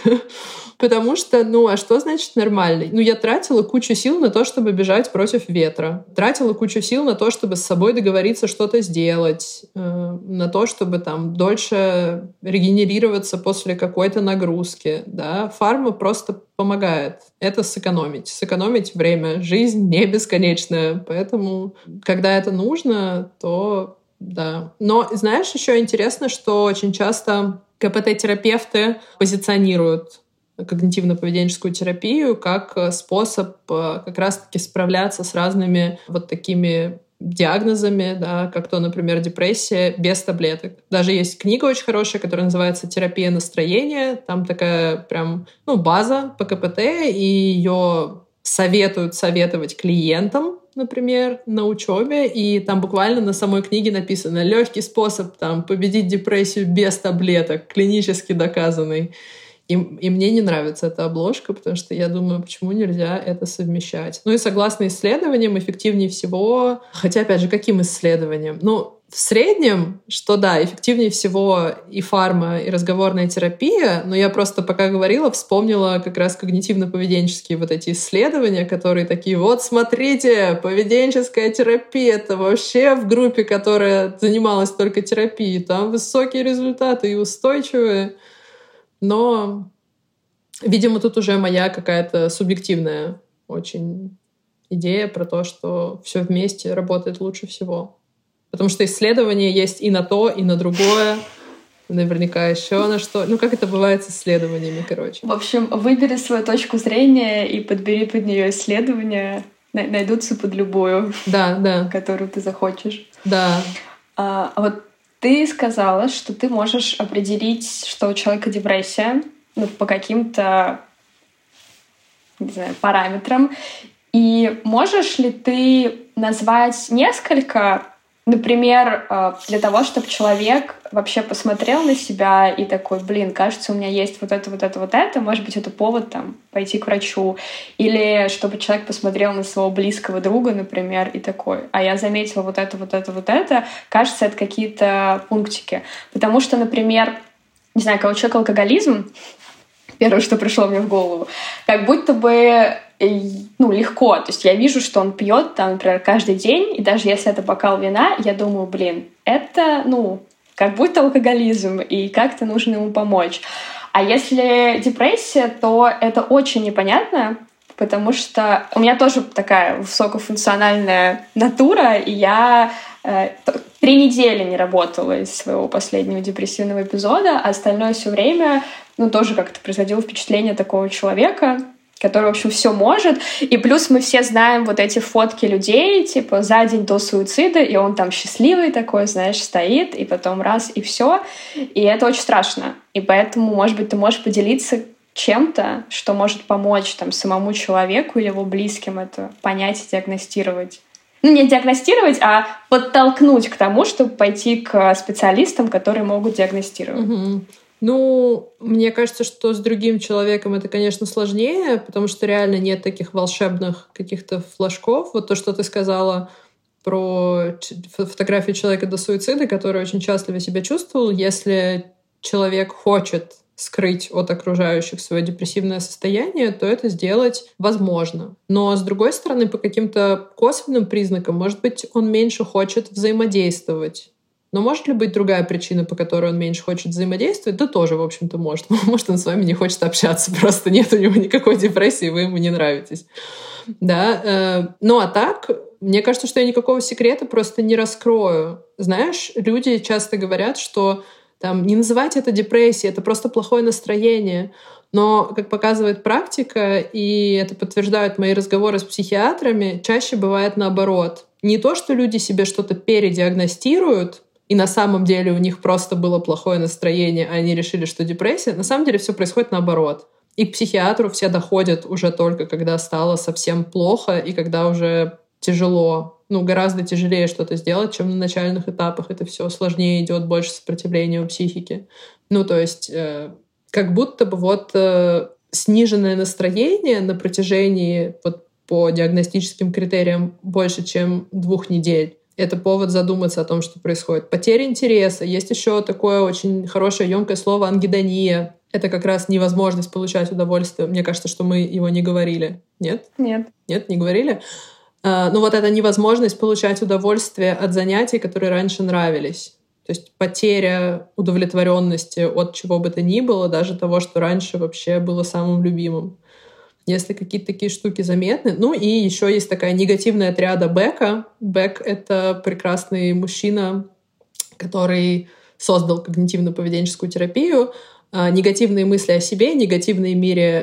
S3: Потому что, а что значит нормальный? Я тратила кучу сил на то, чтобы бежать против ветра. Тратила кучу сил на то, чтобы с собой договориться что-то сделать. На то, чтобы там дольше регенерироваться после какой-то нагрузки. Да? Фарма просто помогает это сэкономить. Сэкономить время. Жизнь не бесконечная. Поэтому, когда это нужно, то да. Но, знаешь, еще интересно, что очень часто КПТ-терапевты позиционируют когнитивно-поведенческую терапию как способ как раз-таки справляться с разными вот такими диагнозами, да, как то, например, депрессия без таблеток. Даже есть книга очень хорошая, которая называется «Терапия настроения». Там такая прям, база по КПТ, и ее советуют советовать клиентам, например, на учебе, и там буквально на самой книге написано: легкий способ победить депрессию без таблеток, клинически доказанный. И мне не нравится эта обложка, потому что я думаю, почему нельзя это совмещать. И согласно исследованиям, эффективнее всего... Хотя, опять же, каким исследованиям? В среднем, что да, эффективнее всего и фарма, и разговорная терапия, но я просто, пока говорила, вспомнила как раз когнитивно-поведенческие вот эти исследования, которые такие: вот, смотрите, поведенческая терапия — это вообще в группе, которая занималась только терапией, там высокие результаты и устойчивые. Но, видимо, тут уже моя какая-то субъективная очень идея про то, что все вместе работает лучше всего. Потому что исследования есть и на то, и на другое. Наверняка еще на что. Как это бывает с исследованиями, короче.
S2: В общем, выбери свою точку зрения и подбери под нее исследования. Найдутся под любую,
S3: да.
S2: которую ты захочешь.
S3: Да.
S2: Вот ты сказала, что ты можешь определить, что у человека депрессия, по каким-то, не знаю, параметрам. И можешь ли ты назвать несколько Например, для того, чтобы человек вообще посмотрел на себя и такой, кажется, у меня есть вот это, может быть, это повод там пойти к врачу. Или чтобы человек посмотрел на своего близкого друга, например, и такой, а я заметила вот это, кажется, это какие-то пунктики. Потому что, например, не знаю, когда у человека алкоголизм, первое, что пришло мне в голову, как будто бы легко. То есть я вижу, что он пьет, там, например, каждый день, и даже если это бокал вина, я думаю, это, как будто алкоголизм, и как-то нужно ему помочь. А если депрессия, то это очень непонятно, потому что у меня тоже такая высокофункциональная натура, и я 3 недели не работала из своего последнего депрессивного эпизода, а остальное все время, тоже как-то производило впечатление такого человека, который, в общем, все может. И плюс мы все знаем вот эти фотки людей, типа, за день до суицида, и он там счастливый такой, знаешь, стоит, и потом раз, и все. И это очень страшно. И поэтому, может быть, ты можешь поделиться чем-то, что может помочь там самому человеку или его близким это понять и диагностировать. Не диагностировать, а подтолкнуть к тому, чтобы пойти к специалистам, которые могут диагностировать.
S3: Мне кажется, что с другим человеком это, конечно, сложнее, потому что реально нет таких волшебных каких-то флажков. Вот то, что ты сказала про фотографию человека до суицида, который очень счастливо себя чувствовал. Если человек хочет скрыть от окружающих свое депрессивное состояние, то это сделать возможно. Но, с другой стороны, по каким-то косвенным признакам, может быть, он меньше хочет взаимодействовать. Но может ли быть другая причина, по которой он меньше хочет взаимодействовать? Да тоже, в общем-то, может. Может, он с вами не хочет общаться, просто нет у него никакой депрессии, вы ему не нравитесь. Да? А так, мне кажется, что я никакого секрета просто не раскрою. Знаешь, люди часто говорят, что не называть это депрессией, это просто плохое настроение. Но, как показывает практика, и это подтверждают мои разговоры с психиатрами, чаще бывает наоборот. Не то, что люди себе что-то передиагностируют, и на самом деле у них просто было плохое настроение, а они решили, что депрессия. На самом деле все происходит наоборот. И к психиатру все доходят уже только, когда стало совсем плохо и когда уже тяжело. Гораздо тяжелее что-то сделать, чем на начальных этапах. Это все сложнее идет, больше сопротивления у психики. То есть как будто бы сниженное настроение на протяжении по диагностическим критериям больше, чем 2 недель. Это повод задуматься о том, что происходит. Потеря интереса. Есть еще такое очень хорошее, ёмкое слово ангидония. Это как раз невозможность получать удовольствие. Мне кажется, что мы его не говорили. Нет?
S2: Нет.
S3: Нет, не говорили? Это невозможность получать удовольствие от занятий, которые раньше нравились. То есть потеря удовлетворенности от чего бы то ни было, даже того, что раньше вообще было самым любимым. Если какие-то такие штуки заметны. И еще есть такая негативная триада Бека. Бек — это прекрасный мужчина, который создал когнитивно-поведенческую терапию. Негативные мысли о себе, негативные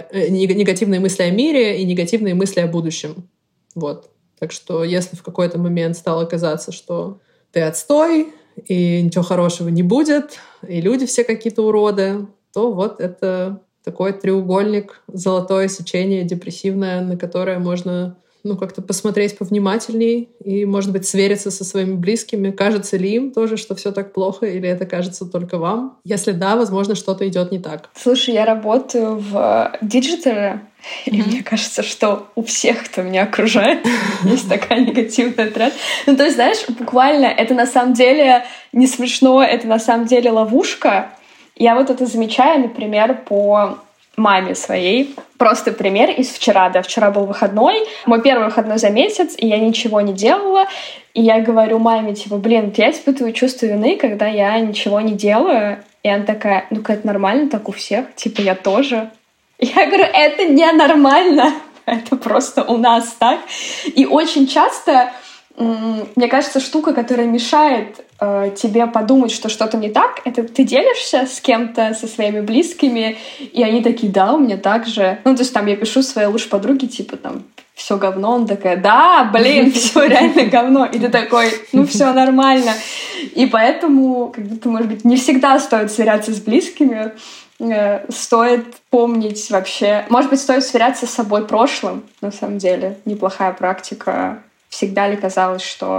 S3: мысли о мире и негативные мысли о будущем. Так что если в какой-то момент стало казаться, что ты отстой, и ничего хорошего не будет, и люди все какие-то уроды, то это такой треугольник, золотое сечение депрессивное, на которое можно как-то посмотреть повнимательней и, может быть, свериться со своими близкими. Кажется ли им тоже, что все так плохо, или это кажется только вам? Если да, возможно, что-то идет не так.
S2: Слушай, я работаю в диджитале, и мне кажется, что у всех, кто меня окружает, есть такая негативная тренд. То есть, знаешь, буквально это на самом деле не смешно, это на самом деле ловушка. Я это замечаю, например, по маме своей. Просто пример из вчера. Да, вчера был выходной. Мой первый выходной за месяц, и я ничего не делала. И я говорю маме, я испытываю чувство вины, когда я ничего не делаю. И она такая, это нормально, так у всех. Я тоже. Я говорю, это не нормально. Это просто у нас так. И очень часто, мне кажется, штука, которая мешает тебе подумать, что что-то не так, это ты делишься с кем-то, со своими близкими, и они такие, да, у меня так же. То есть я пишу своей лучшей подруге, все говно, он такая, да, все реально говно. И ты такой, все нормально. И поэтому, как будто, может быть, не всегда стоит сверяться с близкими, стоит помнить вообще... Может быть, стоит сверяться с собой прошлым, на самом деле. Неплохая практика. Всегда ли казалось, что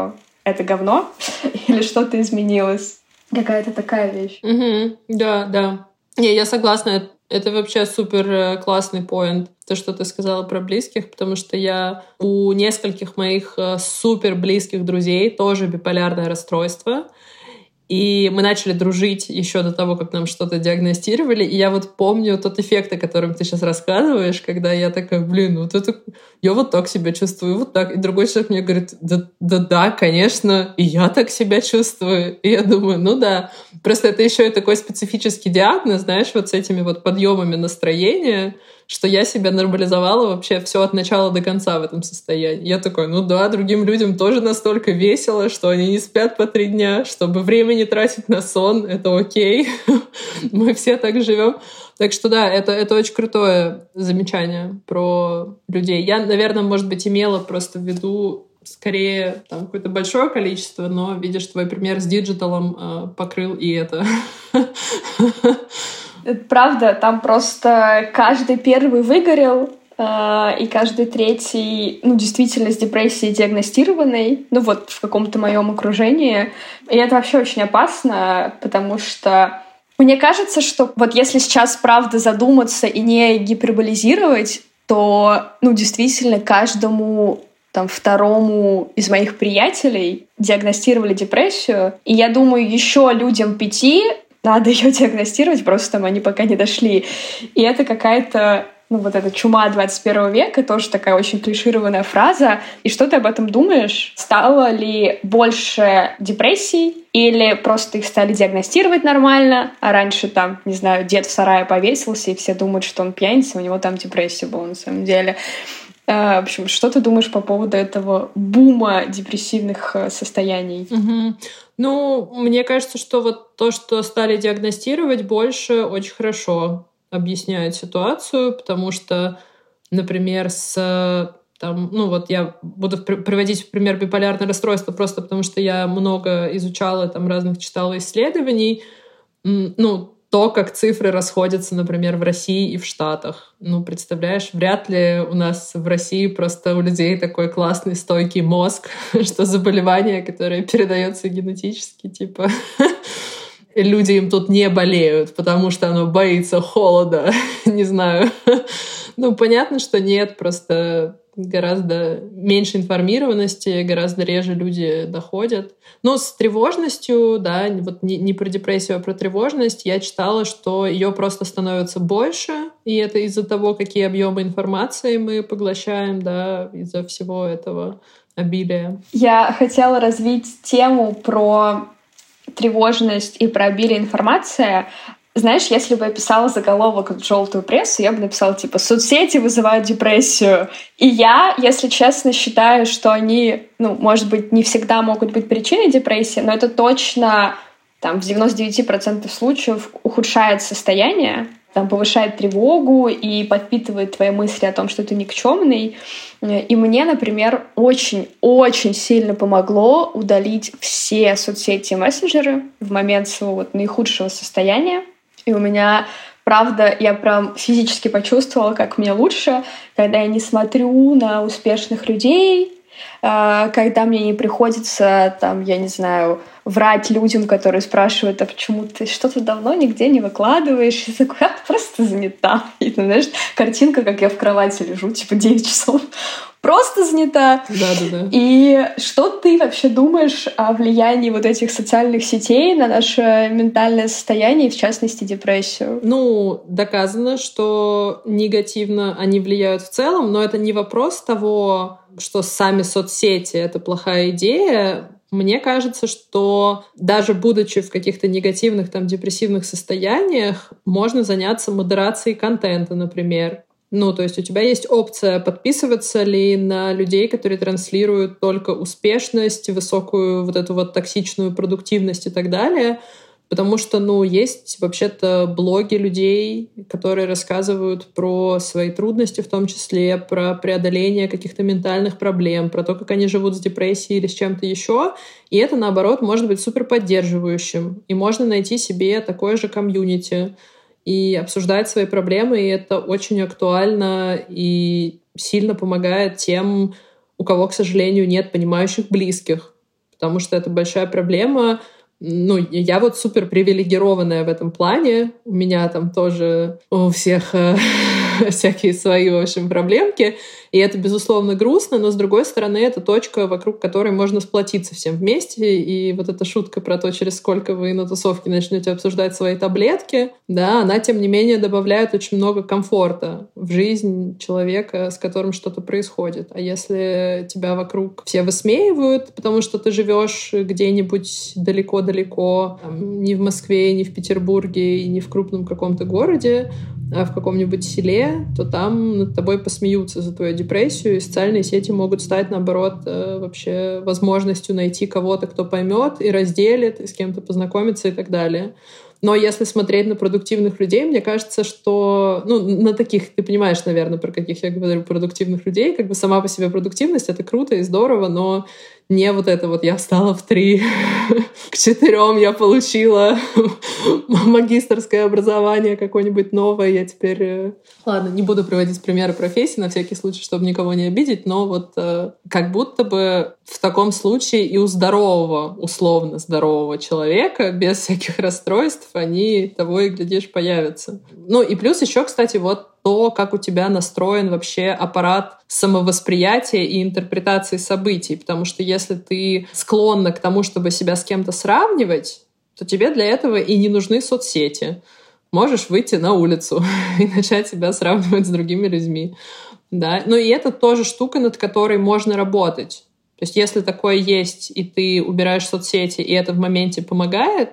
S2: это говно или что-то изменилось. Какая-то такая вещь.
S3: Да. Не, я согласна. Это вообще супер классный поинт, то, что ты сказала про близких, потому что я у нескольких моих супер близких друзей тоже биполярное расстройство. И мы начали дружить еще до того, как нам что-то диагностировали. И я вот помню тот эффект, о котором ты сейчас рассказываешь, когда я такая, вот это... Я вот так себя чувствую, вот так. И другой человек мне говорит, да, конечно, и я так себя чувствую. И я думаю, ну да. Просто это еще и такой специфический диагноз, знаешь, вот с этими вот подъемами настроения, что я себя нормализовала вообще все от начала до конца в этом состоянии. Я такой, ну да, другим людям тоже настолько весело, что они не спят по 3 дня, чтобы время не тратить на сон, это окей. Мы все так живем. Так что да, это очень крутое замечание про людей. Я, наверное, может быть, имела просто в виду скорее там какое-то большое количество, но, видишь, твой пример с диджиталом покрыл и это.
S2: Это правда, там просто каждый первый выгорел, и каждый третий, действительно с депрессией диагностированной, вот в каком-то моем окружении. И это вообще очень опасно, потому что мне кажется, что вот если сейчас правда задуматься и не гиперболизировать, то, действительно, каждому второму из моих приятелей диагностировали депрессию. И я думаю, еще людям 5 надо ее диагностировать, просто они пока не дошли. И это какая-то, вот эта чума 21 века, тоже такая очень клишированная фраза. И что ты об этом думаешь? Стало ли больше депрессий? Или просто их стали диагностировать нормально? А раньше не знаю, дед в сарае повесился, и все думают, что он пьяница, у него там депрессия была на самом деле. В общем, что ты думаешь по поводу этого бума депрессивных состояний?
S3: Мне кажется, что вот то, что стали диагностировать больше, очень хорошо объясняет ситуацию, потому что, например, я буду приводить в пример биполярное расстройство просто потому, что я много изучала, разных читала исследований. То, как цифры расходятся, например, в России и в Штатах. Представляешь, вряд ли у нас в России просто у людей такой классный, стойкий мозг, что заболевание, которое передается генетически, люди им тут не болеют, потому что оно боится холода, не знаю. Понятно, что нет, просто гораздо меньше информированности, гораздо реже люди доходят. С тревожностью, да, вот не про депрессию, а про тревожность, я читала, что ее просто становится больше, и это из-за того, какие объемы информации мы поглощаем, да, из-за всего этого обилия.
S2: Я хотела развить тему про тревожность и про обилие информации. Знаешь, если бы я писала заголовок в желтую прессу, я бы написала, соцсети вызывают депрессию. И я, если честно, считаю, что они, может быть, не всегда могут быть причиной депрессии, но это точно в 99% случаев ухудшает состояние, повышает тревогу и подпитывает твои мысли о том, что ты никчемный. И мне, например, очень-очень сильно помогло удалить все соцсети и мессенджеры в момент своего наихудшего состояния. И у меня, правда, я прям физически почувствовала, как мне лучше, когда я не смотрю на успешных людей, когда мне не приходится, я не знаю, врать людям, которые спрашивают, а почему ты что-то давно нигде не выкладываешь? Я такой, просто занята. И ты знаешь, картинка, как я в кровати лежу, 9 часов. Просто занята.
S3: Да.
S2: И что ты вообще думаешь о влиянии вот этих социальных сетей на наше ментальное состояние, и в частности, депрессию?
S3: Доказано, что негативно они влияют в целом, но это не вопрос того, что сами соцсети — это плохая идея. Мне кажется, что даже будучи в каких-то негативных, депрессивных состояниях, можно заняться модерацией контента, например. То есть у тебя есть опция подписываться ли на людей, которые транслируют только успешность, высокую вот эту вот токсичную продуктивность и так далее. Потому что, есть вообще-то блоги людей, которые рассказывают про свои трудности, в том числе про преодоление каких-то ментальных проблем, про то, как они живут с депрессией или с чем-то еще. И это, наоборот, может быть суперподдерживающим. И можно найти себе такое же комьюнити и обсуждать свои проблемы, и это очень актуально и сильно помогает тем, у кого, к сожалению, нет понимающих близких. потому что это большая проблема. Ну, я вот супер привилегированная в этом плане. У меня там тоже у всех всякие свои, в общем, проблемки. И это, безусловно, грустно, но, с другой стороны, это точка, вокруг которой можно сплотиться всем вместе. И вот эта шутка про то, через сколько вы на тусовке начнете обсуждать свои таблетки, да, она, тем не менее, добавляет очень много комфорта в жизнь человека, с которым что-то происходит. А если тебя вокруг все высмеивают, потому что ты живешь где-нибудь далеко-далеко, там, не в Москве, не в Петербурге, и не в крупном каком-то городе, а в каком-нибудь селе, то там над тобой посмеются за твою депрессию, и социальные сети могут стать, наоборот, вообще возможностью найти кого-то, кто поймет и разделит, и с кем-то познакомиться и так далее. Но если смотреть на продуктивных людей, мне кажется, что... Ну, на таких, ты понимаешь, наверное, про каких я говорю, продуктивных людей, как бы сама по себе продуктивность — это круто и здорово, но не вот это вот я встала в 3, к 4 я получила магистерское образование какое-нибудь новое, я теперь... Ладно, не буду приводить примеры профессий на всякий случай, чтобы никого не обидеть, но вот как будто бы в таком случае и у здорового, условно здорового человека, без всяких расстройств, они того и, глядишь, появятся. Ну и плюс еще, кстати, вот то, как у тебя настроен вообще аппарат самовосприятия и интерпретации событий. Потому что если ты склонна к тому, чтобы себя с кем-то сравнивать, то тебе для этого и не нужны соцсети. Можешь выйти на улицу и начать себя сравнивать с другими людьми. Да? Ну и это тоже штука, над которой можно работать. То есть если такое есть, и ты убираешь соцсети, и это в моменте помогает,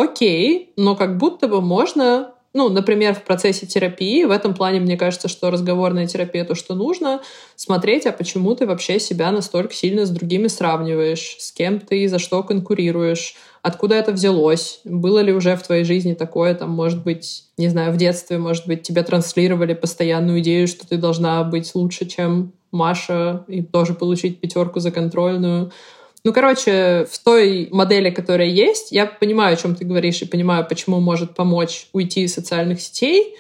S3: окей, но как будто бы можно... Ну, например, в процессе терапии, в этом плане, мне кажется, что разговорная терапия — то, что нужно, смотреть, а почему ты вообще себя настолько сильно с другими сравниваешь, с кем ты за что конкурируешь, откуда это взялось, было ли уже в твоей жизни такое, там, может быть, не знаю, в детстве, может быть, тебе транслировали постоянную идею, что ты должна быть лучше, чем Маша, и тоже получить 5 за контрольную. Ну, короче, в той модели, которая есть, я понимаю, о чем ты говоришь, и понимаю, почему может помочь уйти из социальных сетей,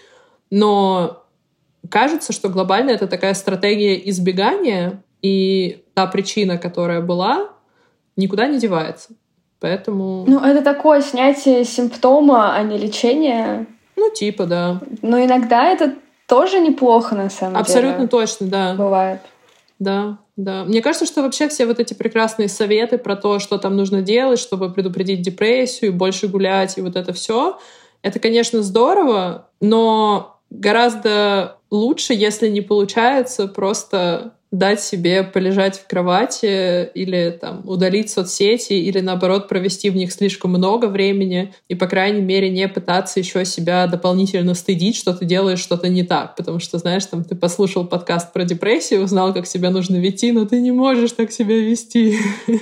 S3: но кажется, что глобально это такая стратегия избегания, и та причина, которая была, никуда не девается. Поэтому...
S2: Ну, это такое снятие симптома, а не лечение.
S3: Ну, типа, да.
S2: Но иногда это тоже неплохо, на самом деле.
S3: Абсолютно точно, да.
S2: Бывает.
S3: Да, да. Мне кажется, что вообще все вот эти прекрасные советы про то, что там нужно делать, чтобы предупредить депрессию, больше гулять и вот это все, это, конечно, здорово, но гораздо лучше, если не получается, просто дать себе полежать в кровати или там удалить соцсети или, наоборот, провести в них слишком много времени и, по крайней мере, не пытаться еще себя дополнительно стыдить, что ты делаешь что-то не так. Потому что, знаешь, там ты послушал подкаст про депрессию, узнал, как себя нужно вести, но ты не можешь так себя вести.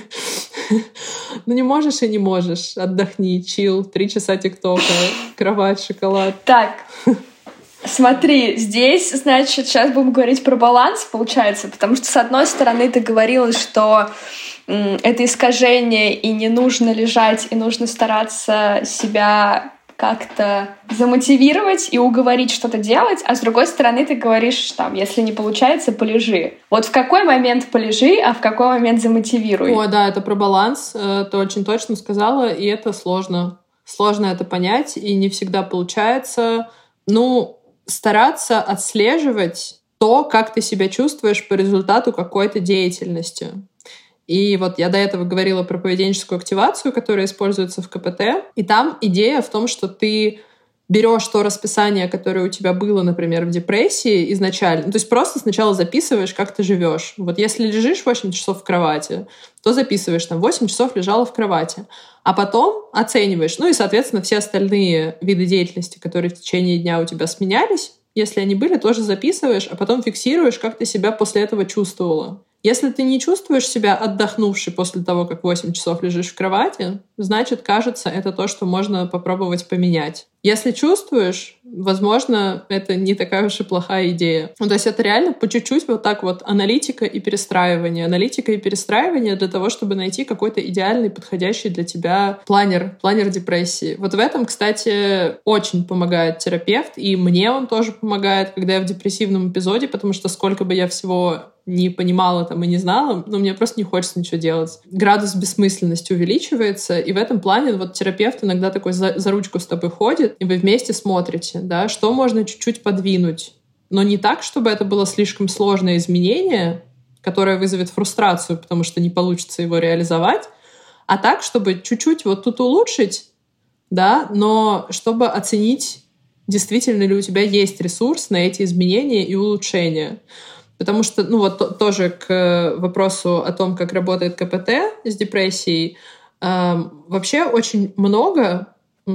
S3: Ну не можешь и не можешь. Отдохни, чил, 3 часа ТикТока, кровать, шоколад.
S2: Так, смотри, здесь, значит, сейчас будем говорить про баланс, получается, потому что, с одной стороны, ты говорила, что это искажение, и не нужно лежать, и нужно стараться себя как-то замотивировать и уговорить что-то делать, а с другой стороны, ты говоришь, там, если не получается, полежи. Вот в какой момент полежи, а в какой момент замотивируй?
S3: О, да, это про баланс, ты очень точно сказала, и это сложно. Сложно это понять, и не всегда получается. Ну, стараться отслеживать то, как ты себя чувствуешь по результату какой-то деятельности. И вот я до этого говорила про поведенческую активацию, которая используется в КПТ. И там идея в том, что ты берешь то расписание, которое у тебя было, например, в депрессии изначально. То есть просто сначала записываешь, как ты живешь. Вот если лежишь 8 часов в кровати, то записываешь, там, 8 часов лежала в кровати. А потом оцениваешь. Ну и, соответственно, все остальные виды деятельности, которые в течение дня у тебя сменялись, если они были, тоже записываешь, а потом фиксируешь, как ты себя после этого чувствовала. Если ты не чувствуешь себя отдохнувшей после того, как 8 часов лежишь в кровати, значит, кажется, это то, что можно попробовать поменять. Если чувствуешь, возможно, это не такая уж и плохая идея. Ну, то есть это реально по чуть-чуть вот так вот аналитика и перестраивание. Аналитика и перестраивание для того, чтобы найти какой-то идеальный, подходящий для тебя планер депрессии. Вот в этом, кстати, очень помогает терапевт, и мне он тоже помогает, когда я в депрессивном эпизоде, потому что сколько бы я всего не понимала там и не знала, но мне просто не хочется ничего делать. Градус бессмысленности увеличивается, и в этом плане вот терапевт иногда такой за ручку с тобой ходит, и вы вместе смотрите, да, что можно чуть-чуть подвинуть. Но не так, чтобы это было слишком сложное изменение, которое вызовет фрустрацию, потому что не получится его реализовать, а так, чтобы чуть-чуть вот тут улучшить, да, но чтобы оценить, действительно ли у тебя есть ресурс на эти изменения и улучшения. Потому что, ну вот тоже к вопросу о том, как работает КПТ с депрессией, вообще очень много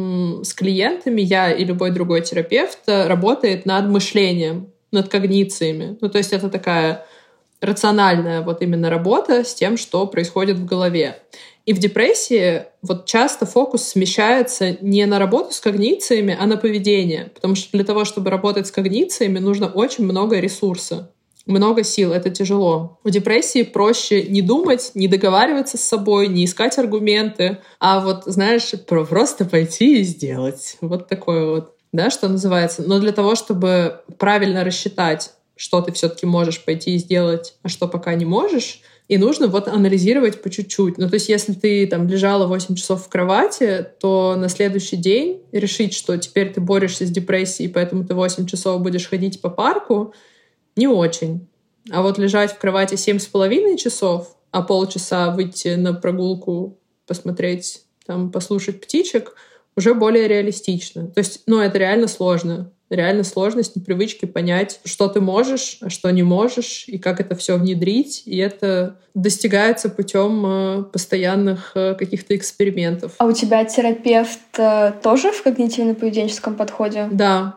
S3: с клиентами я и любой другой терапевт работает над мышлением, над когнициями. Ну, то есть это такая рациональная вот именно работа с тем, что происходит в голове. И в депрессии вот часто фокус смещается не на работу с когнициями, а на поведение. Потому что для того, чтобы работать с когнициями, нужно очень много ресурса, много сил. Это тяжело. В депрессии проще не думать, не договариваться с собой, не искать аргументы, а вот, знаешь, просто пойти и сделать. Вот такое вот, да, что называется. Но для того, чтобы правильно рассчитать, что ты все-таки можешь пойти и сделать, а что пока не можешь, и нужно вот анализировать по чуть-чуть. Ну, то есть если ты там лежала 8 часов в кровати, то на следующий день решить, что теперь ты борешься с депрессией, поэтому ты 8 часов будешь ходить по парку, не очень. А вот лежать в кровати 7,5 часов, а полчаса выйти на прогулку, посмотреть, там, послушать птичек, уже более реалистично. То есть, ну, это реально сложно. Реально сложно с непривычки понять, что ты можешь, а что не можешь, и как это все внедрить. И это достигается путем постоянных каких-то экспериментов.
S2: А у тебя терапевт тоже в когнитивно-поведенческом подходе?
S3: Да.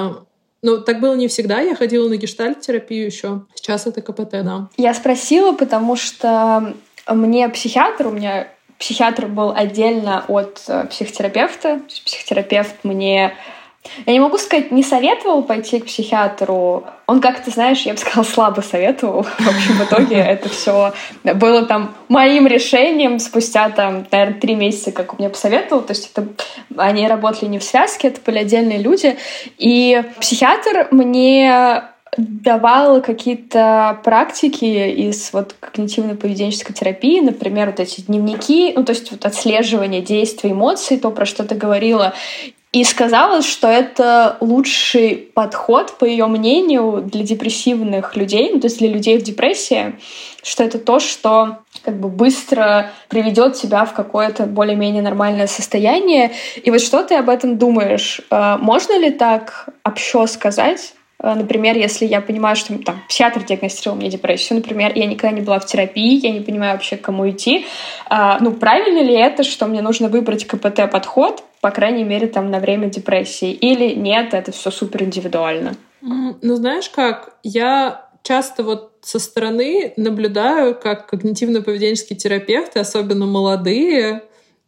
S3: Ну, так было не всегда. Я ходила на гештальт-терапию еще. Сейчас это КПТ, да.
S2: Я спросила, потому что у меня психиатр был отдельно от психотерапевта. То есть психотерапевт мне... Я не могу сказать, не советовал пойти к психиатру. Он как-то, знаешь, я бы сказала, слабо советовал. В общем, в итоге это все было там моим решением спустя, там, наверное, 3 месяца, как он мне посоветовал. То есть они работали не в связке, это были отдельные люди. И психиатр мне давал какие-то практики из вот когнитивно-поведенческой терапии, например, вот эти дневники, ну, то есть вот отслеживание действий, эмоций, то, про что ты говорила. И сказала, что это лучший подход, по ее мнению, для депрессивных людей, ну, то есть для людей в депрессии, что это то, что как бы быстро приведет тебя в какое-то более-менее нормальное состояние. И вот что ты об этом думаешь? Можно ли так общо сказать? Например, если я понимаю, что там, психиатр диагностировал мне депрессию, например, я никогда не была в терапии, я не понимаю вообще, к кому идти. Ну, правильно ли это, что мне нужно выбрать КПТ-подход, по крайней мере, там, на время депрессии? Или нет, это все супер индивидуально?
S3: Ну, знаешь как, я часто вот со стороны наблюдаю, как когнитивно-поведенческие терапевты, особенно молодые,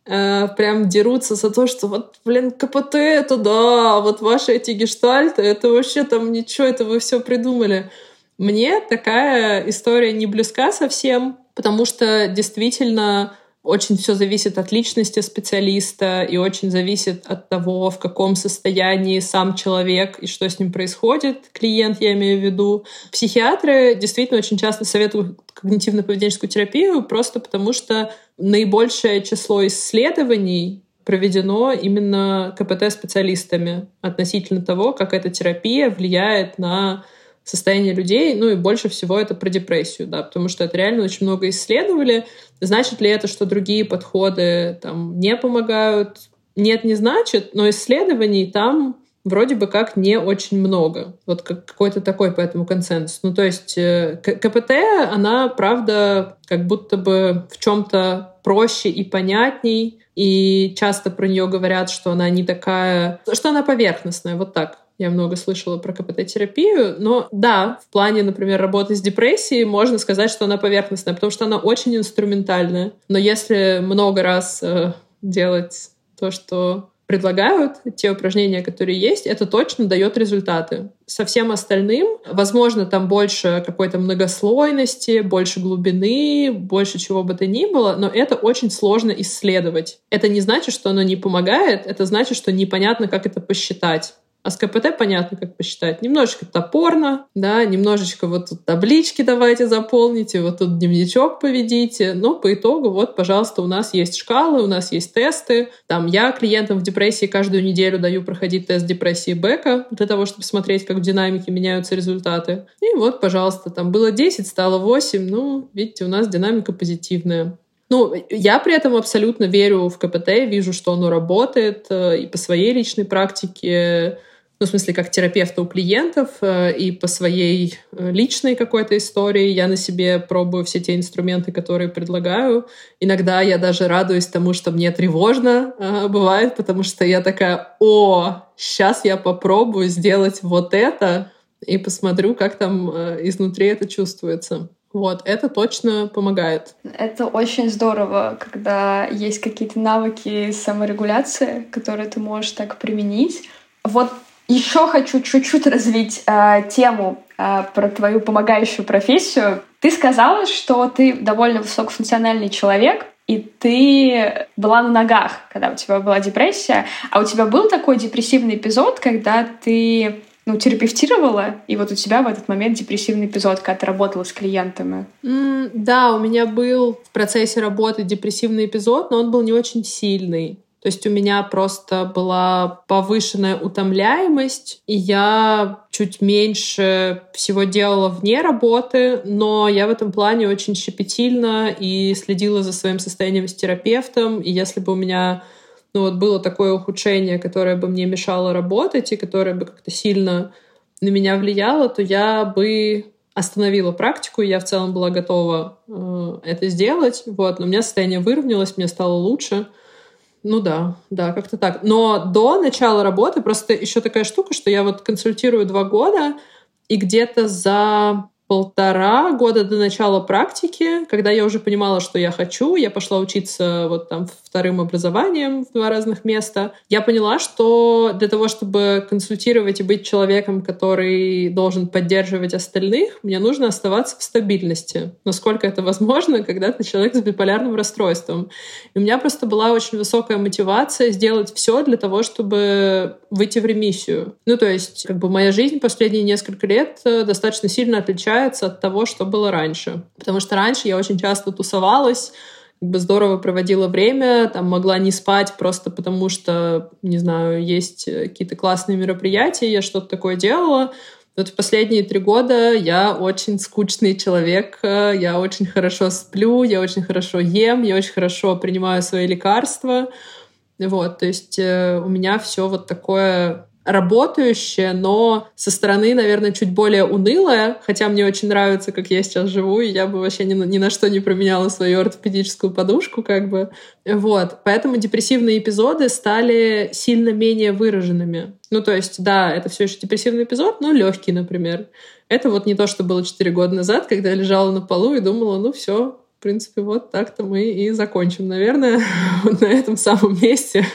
S3: прям дерутся за то, что вот, блин, КПТ это да, вот ваши эти гештальты, это вообще там ничего, это вы все придумали. Мне такая история не близка совсем, потому что действительно очень все зависит от личности специалиста и очень зависит от того, в каком состоянии сам человек и что с ним происходит, клиент, я имею в виду. Психиатры действительно очень часто советуют когнитивно-поведенческую терапию просто потому, что наибольшее число исследований проведено именно КПТ-специалистами относительно того, как эта терапия влияет на состояние людей, ну и больше всего это про депрессию, да, потому что это реально очень много исследовали. Значит ли это, что другие подходы там не помогают? Нет, не значит, но исследований там вроде бы как не очень много. Вот какой-то такой поэтому консенсус. Ну, то есть КПТ, она, правда, как будто бы в чем-то проще и понятней, и часто про нее говорят, что она не такая, что она поверхностная, вот так. Я много слышала про КПТ-терапию, но да, в плане, например, работы с депрессией можно сказать, что она поверхностная, потому что она очень инструментальная. Но если много раз делать то, что предлагают, те упражнения, которые есть, это точно дает результаты. Со всем остальным, возможно, там больше какой-то многослойности, больше глубины, больше чего бы то ни было, но это очень сложно исследовать. Это не значит, что оно не помогает, это значит, что непонятно, как это посчитать. А с КПТ понятно, как посчитать. Немножечко топорно, да, немножечко вот тут таблички давайте заполните, вот тут дневничок поведите. Но по итогу, вот, пожалуйста, у нас есть шкалы, у нас есть тесты. Там я клиентам в депрессии каждую неделю даю проходить тест депрессии Бека для того, чтобы смотреть, как в динамике меняются результаты. И вот, пожалуйста, там было 10, стало 8. Ну, видите, у нас динамика позитивная. Ну, я при этом абсолютно верю в КПТ, вижу, что оно работает и по своей личной практике, ну, в смысле, как терапевта у клиентов, и по своей личной какой-то истории. Я на себе пробую все те инструменты, которые предлагаю. Иногда я даже радуюсь тому, что мне тревожно бывает, потому что я такая: о, сейчас я попробую сделать вот это и посмотрю, как там изнутри это чувствуется. Вот, это точно помогает.
S2: Это очень здорово, когда есть какие-то навыки саморегуляции, которые ты можешь так применить. Вот еще хочу чуть-чуть развить тему про твою помогающую профессию. Ты сказала, что ты довольно высокофункциональный человек, и ты была на ногах, когда у тебя была депрессия. А у тебя был такой депрессивный эпизод, когда ты терапевтировала, и вот у тебя в этот момент депрессивный эпизод, когда ты работала с клиентами?
S3: Да, у меня был в процессе работы депрессивный эпизод, но он был не очень сильный. То есть у меня просто была повышенная утомляемость, и я чуть меньше всего делала вне работы, но я в этом плане очень щепетильна и следила за своим состоянием с терапевтом, и если бы у меня было такое ухудшение, которое бы мне мешало работать и которое бы как-то сильно на меня влияло, то я бы остановила практику, и я в целом была готова это сделать. Вот. Но у меня состояние выровнялось, мне стало лучше. Ну да, как-то так. Но до начала работы просто еще такая штука, что я вот консультирую 2 года, и где-то за 1,5 года до начала практики, когда я уже понимала, что я хочу, я пошла учиться вот там вторым образованием в 2 разных места. Я поняла, что для того, чтобы консультировать и быть человеком, который должен поддерживать остальных, мне нужно оставаться в стабильности. Насколько это возможно, когда ты человек с биполярным расстройством. И у меня просто была очень высокая мотивация сделать все для того, чтобы выйти в ремиссию. Ну, то есть, моя жизнь последние несколько лет достаточно сильно отличается от того, что было раньше. Потому что раньше я очень часто тусовалась, здорово проводила время, там могла не спать просто потому, что, не знаю, есть какие-то классные мероприятия, я что-то такое делала. Вот в последние 3 года я очень скучный человек, я очень хорошо сплю, я очень хорошо ем, я очень хорошо принимаю свои лекарства. Вот, то есть у меня все вот такое работающее, но со стороны, наверное, чуть более унылое, хотя мне очень нравится, как я сейчас живу, и я бы вообще ни на что не променяла свою ортопедическую подушку, Вот. Поэтому депрессивные эпизоды стали сильно менее выраженными. Ну, то есть, да, это все еще депрессивный эпизод, но легкий, например. Это вот не то, что было 4 года назад, когда я лежала на полу и думала, все, в принципе, вот так-то мы и закончим, наверное, на этом самом месте.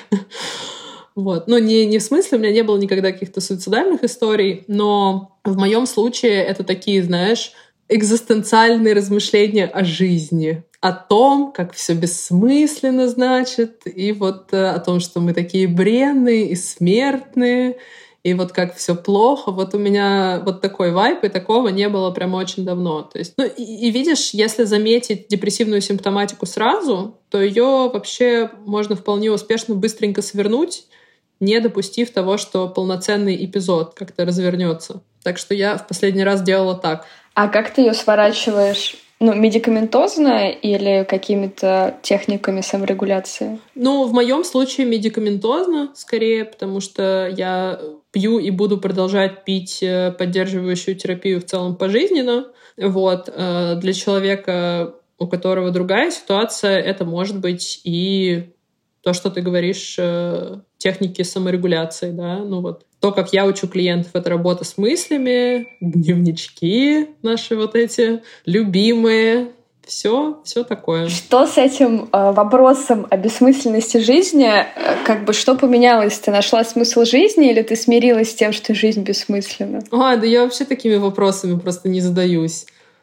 S3: Вот. Ну, не в смысле, у меня не было никогда каких-то суицидальных историй, но в моем случае это такие, знаешь, экзистенциальные размышления о жизни, о том, как все бессмысленно, значит, и вот о том, что мы такие бренные и смертные, и вот как все плохо. Вот у меня вот такой вайб, и такого не было прям очень давно. То есть, и видишь, если заметить депрессивную симптоматику сразу, то ее вообще можно вполне успешно быстренько свернуть, не допустив того, что полноценный эпизод как-то развернется. Так что я в последний раз делала так.
S2: А как ты ее сворачиваешь? Медикаментозно или какими-то техниками саморегуляции?
S3: В моем случае медикаментозно скорее, потому что я пью и буду продолжать пить поддерживающую терапию в целом пожизненно. Вот. Для человека, у которого другая ситуация, это может быть и то, что ты говоришь, техники саморегуляции, да, то, как я учу клиентов, это работа с мыслями, дневнички наши вот эти любимые, все такое.
S2: Что с этим вопросом о бессмысленности жизни, что поменялось? Ты нашла смысл жизни или ты смирилась с тем, что жизнь бессмысленна?
S3: Да я вообще такими вопросами просто не задаюсь.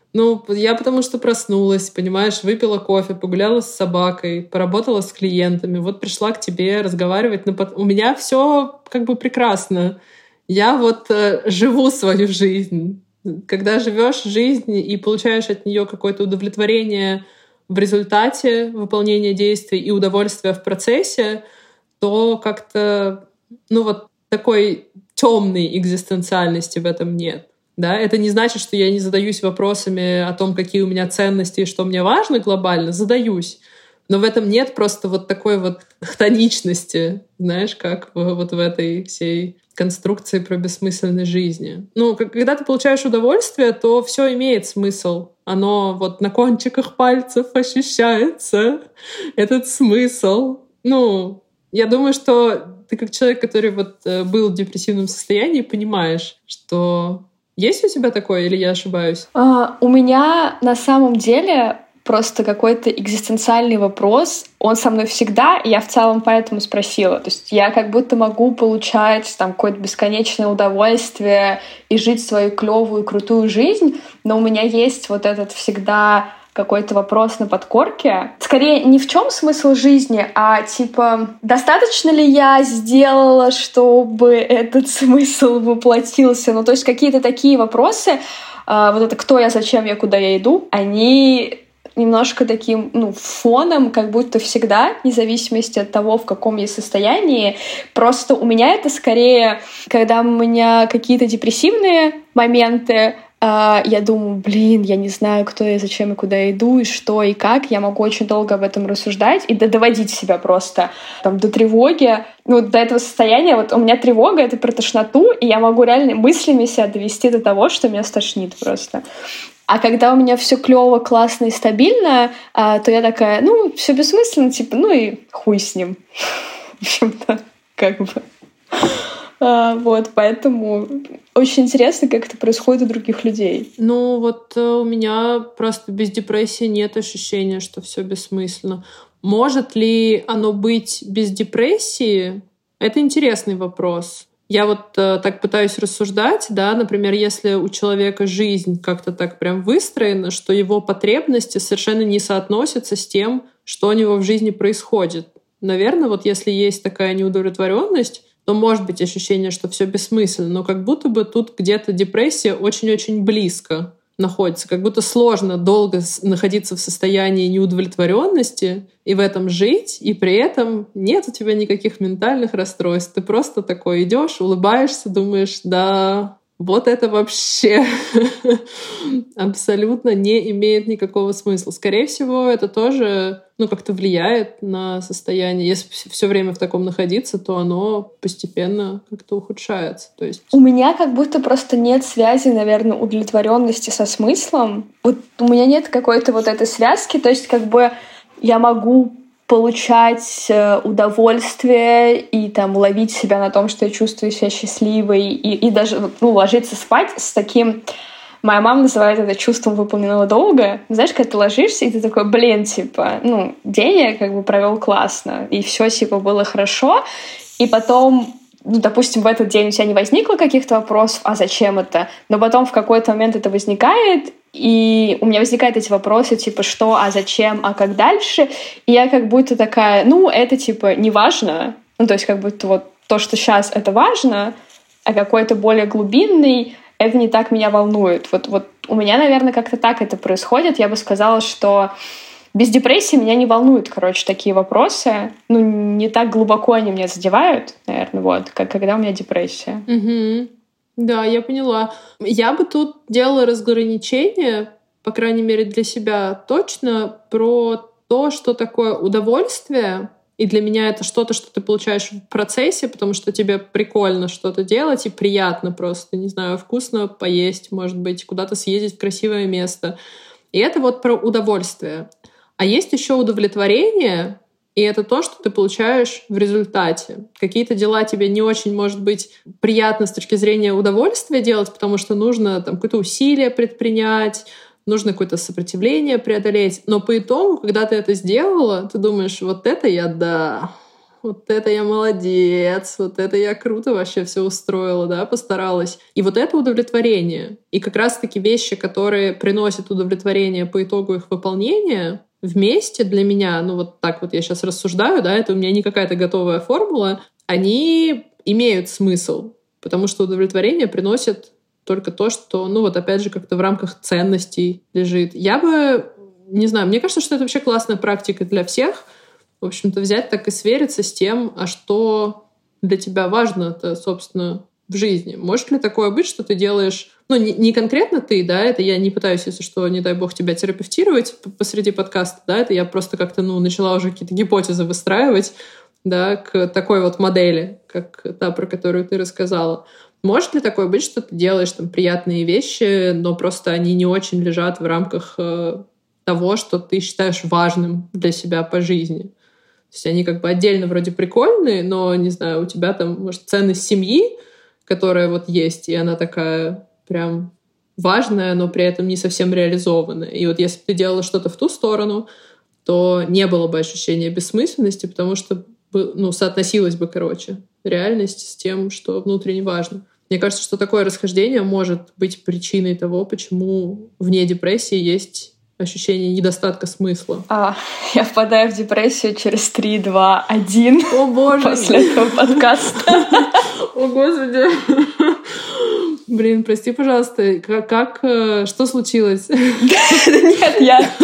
S3: Я потому что проснулась, понимаешь, выпила кофе, погуляла с собакой, поработала с клиентами, вот пришла к тебе разговаривать. У меня все прекрасно. Я вот живу свою жизнь. Когда живешь жизнь и получаешь от нее какое-то удовлетворение в результате выполнения действий и удовольствие в процессе, то как-то, вот такой темной экзистенциальности в этом нет. Да? Это не значит, что я не задаюсь вопросами о том, какие у меня ценности и что мне важно глобально. Задаюсь. Но в этом нет просто вот такой вот хтоничности, знаешь, как вот в этой всей конструкции про бессмысленность жизни. Когда ты получаешь удовольствие, то все имеет смысл. Оно вот на кончиках пальцев ощущается, этот смысл. Я думаю, что ты как человек, который вот был в депрессивном состоянии, понимаешь, что есть у тебя такое, или я ошибаюсь?
S2: У меня на самом деле просто какой-то экзистенциальный вопрос, он со мной всегда, и я в целом поэтому спросила. То есть я как будто могу получать там какое-то бесконечное удовольствие и жить свою клевую, крутую жизнь, но у меня есть вот этот всегда какой-то вопрос на подкорке. Скорее, не в чем смысл жизни, а типа, достаточно ли я сделала, чтобы этот смысл воплотился? То есть какие-то такие вопросы, вот это кто я, зачем я, куда я иду, они немножко таким, фоном, как будто всегда, вне зависимости от того, в каком я состоянии. Просто у меня это скорее, когда у меня какие-то депрессивные моменты, я думаю, я не знаю, кто я, зачем и куда я иду, и что, и как. Я могу очень долго об этом рассуждать и доводить себя просто до тревоги. До этого состояния, вот у меня тревога — это про тошноту, и я могу реально мыслями себя довести до того, что меня стошнит просто. А когда у меня все клево, классно и стабильно, то я такая, все бессмысленно, и хуй с ним. В общем-то, как бы. Поэтому очень интересно, как это происходит у других людей.
S3: У меня просто без депрессии нет ощущения, что все бессмысленно. Может ли оно быть без депрессии? Это интересный вопрос. Я так пытаюсь рассуждать, да, например, если у человека жизнь как-то так прям выстроена, что его потребности совершенно не соотносятся с тем, что у него в жизни происходит. Наверное, если есть такая неудовлетворенность, то может быть ощущение, что все бессмысленно, но как будто бы тут где-то депрессия очень-очень близко находится, как будто сложно долго находиться в состоянии неудовлетворенности и в этом жить, и при этом нет у тебя никаких ментальных расстройств. Ты просто такой идешь, улыбаешься, думаешь, да, вот это вообще абсолютно не имеет никакого смысла. Скорее всего, это тоже как-то влияет на состояние. Если все время в таком находиться, то оно постепенно как-то ухудшается. То есть...
S2: У меня как будто просто нет связи, наверное, удовлетворенности со смыслом. У меня нет какой-то этой связки. То есть я могу получать удовольствие и ловить себя на том, что я чувствую себя счастливой, и даже ложиться спать с таким... Моя мама называет это чувством выполненного долга. Знаешь, когда ты ложишься, и ты такой, день я провел классно, и все было хорошо, и потом, допустим, в этот день у тебя не возникло каких-то вопросов, а зачем это? Но потом в какой-то момент это возникает, и у меня возникают эти вопросы, что, а зачем, а как дальше? И я как будто такая, это не важно. То есть как будто то, что сейчас, это важно, а какой-то более глубинный, это не так меня волнует. У меня, наверное, как-то так это происходит. Я бы сказала, что без депрессии меня не волнуют, такие вопросы. Не так глубоко они меня задевают, наверное, как когда у меня депрессия.
S3: Угу. Да, я поняла. Я бы тут делала разграничение, по крайней мере для себя точно, про то, что такое удовольствие. И для меня это что-то, что ты получаешь в процессе, потому что тебе прикольно что-то делать и приятно просто, не знаю, вкусно поесть, может быть, куда-то съездить в красивое место. И это про удовольствие. А есть еще удовлетворение, и это то, что ты получаешь в результате. Какие-то дела тебе не очень, может быть, приятно с точки зрения удовольствия делать, потому что нужно какое-то усилие предпринять, нужно какое-то сопротивление преодолеть. Но по итогу, когда ты это сделала, ты думаешь, вот это я молодец, вот это я круто вообще все устроила, да, постаралась. И это удовлетворение. И как раз-таки вещи, которые приносят удовлетворение по итогу их выполнения, вместе для меня, так я сейчас рассуждаю, да, это у меня не какая-то готовая формула, они имеют смысл. потому что удовлетворение приносит только то, что, ну вот опять же, как-то в рамках ценностей лежит. Я бы, не знаю, мне кажется, что это вообще классная практика для всех, в общем-то, взять так и свериться с тем, а что для тебя важно-то, собственно, в жизни. Может ли такое быть, что ты делаешь... Ну, не конкретно ты, да, это я не пытаюсь, если что, не дай бог, тебя терапевтировать посреди подкаста, да, это я просто как-то, начала уже какие-то гипотезы выстраивать, да, к такой вот модели, как та, про которую ты рассказала. Может ли такое быть, что ты делаешь там приятные вещи, но просто они не очень лежат в рамках того, что ты считаешь важным для себя по жизни? То есть они как бы отдельно вроде прикольные, но, не знаю, у тебя там, может, ценность семьи, которая вот есть, и она такая прям важная, но при этом не совсем реализованная. И вот если бы ты делала что-то в ту сторону, то не было бы ощущения бессмысленности, потому что соотносилась бы, реальность с тем, что внутренне важно. Мне кажется, что такое расхождение может быть причиной того, почему вне депрессии есть ощущение недостатка смысла.
S2: Я впадаю в депрессию через 3, 2, 1.
S3: О, Боже!
S2: После этого подкаста.
S3: О, Господи! Блин, прости, пожалуйста, что случилось?
S2: Нет,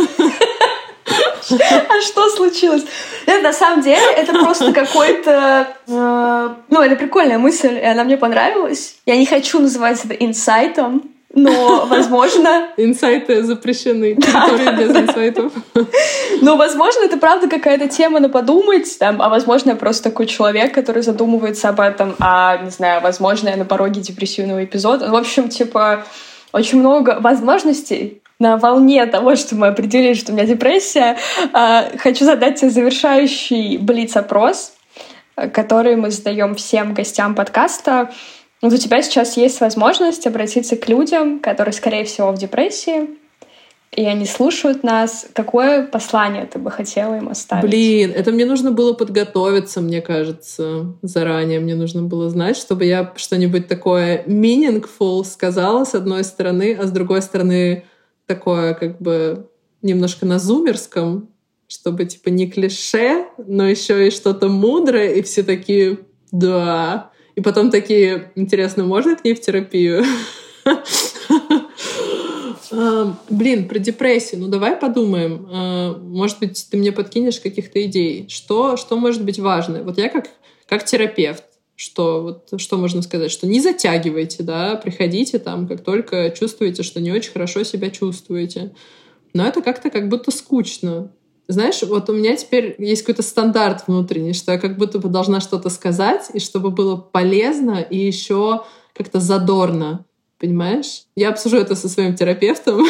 S2: А что случилось? Нет, на самом деле, это просто какой-то... это прикольная мысль, и она мне понравилась. Я не хочу называть это инсайтом, но, возможно...
S3: Инсайты запрещены, территории без инсайтов.
S2: Но, возможно, это правда какая-то тема на подумать, а возможно, я просто такой человек, который задумывается об этом, не знаю, возможно, я на пороге депрессивного эпизода. В общем, очень много возможностей. На волне того, что мы определили, что у меня депрессия, хочу задать тебе завершающий блиц-опрос, который мы задаем всем гостям подкаста. Вот у тебя сейчас есть возможность обратиться к людям, которые, скорее всего, в депрессии, и они слушают нас. Какое послание ты бы хотела им оставить?
S3: Блин, это мне нужно было подготовиться, мне кажется, заранее. Мне нужно было знать, чтобы я что-нибудь такое meaningful сказала, с одной стороны, а с другой стороны такое как бы немножко на зумерском, чтобы не клише, но еще и что-то мудрое, и все такие «да». И потом такие, интересно, можно к ней в терапию? Блин, про депрессию. Давай подумаем. Может быть, ты мне подкинешь каких-то идей. Что может быть важно? Вот я как терапевт, что можно сказать? Что не затягивайте, да, приходите там, как только чувствуете, что не очень хорошо себя чувствуете. Но это как-то как будто скучно. Знаешь, вот у меня теперь есть какой-то стандарт внутренний, что я как будто бы должна что-то сказать, и чтобы было полезно и еще как-то задорно. Понимаешь? Я обсужу это со своим терапевтом.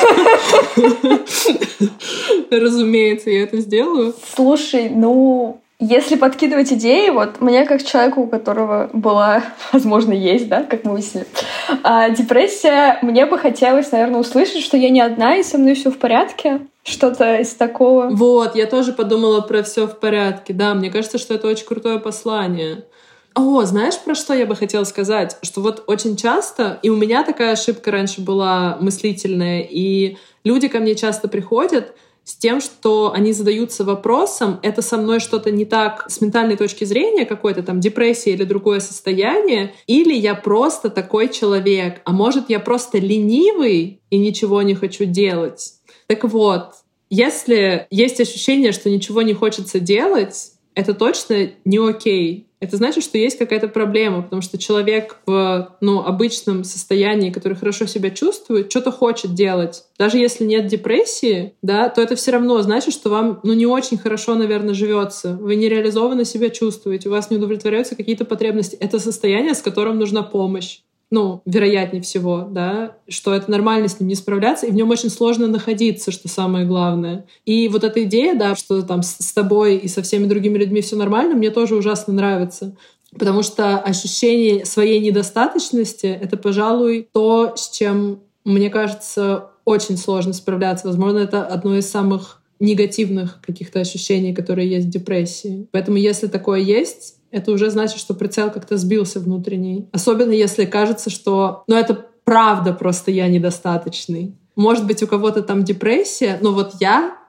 S3: Разумеется, я это сделаю.
S2: Слушай, если подкидывать идеи, вот мне как человеку, у которого была, возможно, есть, да, как мы выяснили, депрессия, мне бы хотелось, наверное, услышать, что я не одна, и со мной все в порядке. Что-то из такого.
S3: Вот, я тоже подумала про «все в порядке». Да, мне кажется, что это очень крутое послание. Знаешь, про что я бы хотела сказать? Что вот очень часто, и у меня такая ошибка раньше была мыслительная, и люди ко мне часто приходят с тем, что они задаются вопросом, это со мной что-то не так с ментальной точки зрения, какой-то там депрессия или другое состояние, или я просто такой человек, а может, я просто ленивый и ничего не хочу делать. Так вот, если есть ощущение, что ничего не хочется делать, это точно не окей. Это значит, что есть какая-то проблема, потому что человек в обычном состоянии, который хорошо себя чувствует, что-то хочет делать. Даже если нет депрессии, да, то это все равно значит, что вам не очень хорошо, наверное, живется. Вы нереализованно себя чувствуете, у вас не удовлетворяются какие-то потребности. Это состояние, с которым нужна помощь. Вероятнее всего, да, что это нормально с ним не справляться, и в нем очень сложно находиться, что самое главное. И вот эта идея, да, что там с тобой и со всеми другими людьми все нормально, мне тоже ужасно нравится. Потому что ощущение своей недостаточности — это, пожалуй, то, с чем, мне кажется, очень сложно справляться. Возможно, это одно из самых негативных каких-то ощущений, которые есть в депрессии. Поэтому если такое есть, это уже значит, что прицел как-то сбился внутренний. Особенно если кажется, что это правда, просто я недостаточный. Может быть, у кого-то там депрессия, но вот я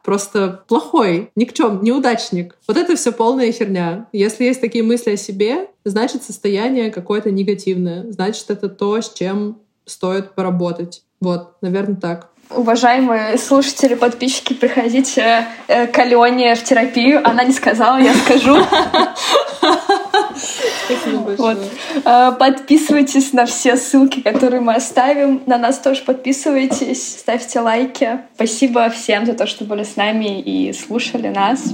S3: просто плохой, неудачник. Вот это все полная херня. Если есть такие мысли о себе, значит, состояние какое-то негативное. Значит, это то, с чем стоит поработать. Вот, наверное, так.
S2: Уважаемые слушатели, подписчики, приходите к Алене в терапию. Она не сказала, я скажу. Вот. Подписывайтесь на все ссылки, которые мы оставим. На нас тоже подписывайтесь, ставьте лайки. Спасибо всем за то, что были с нами и слушали нас.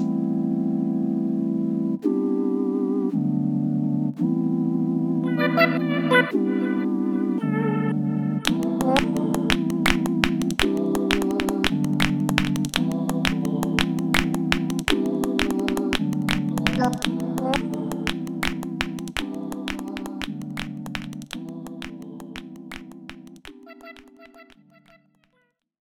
S4: Yep.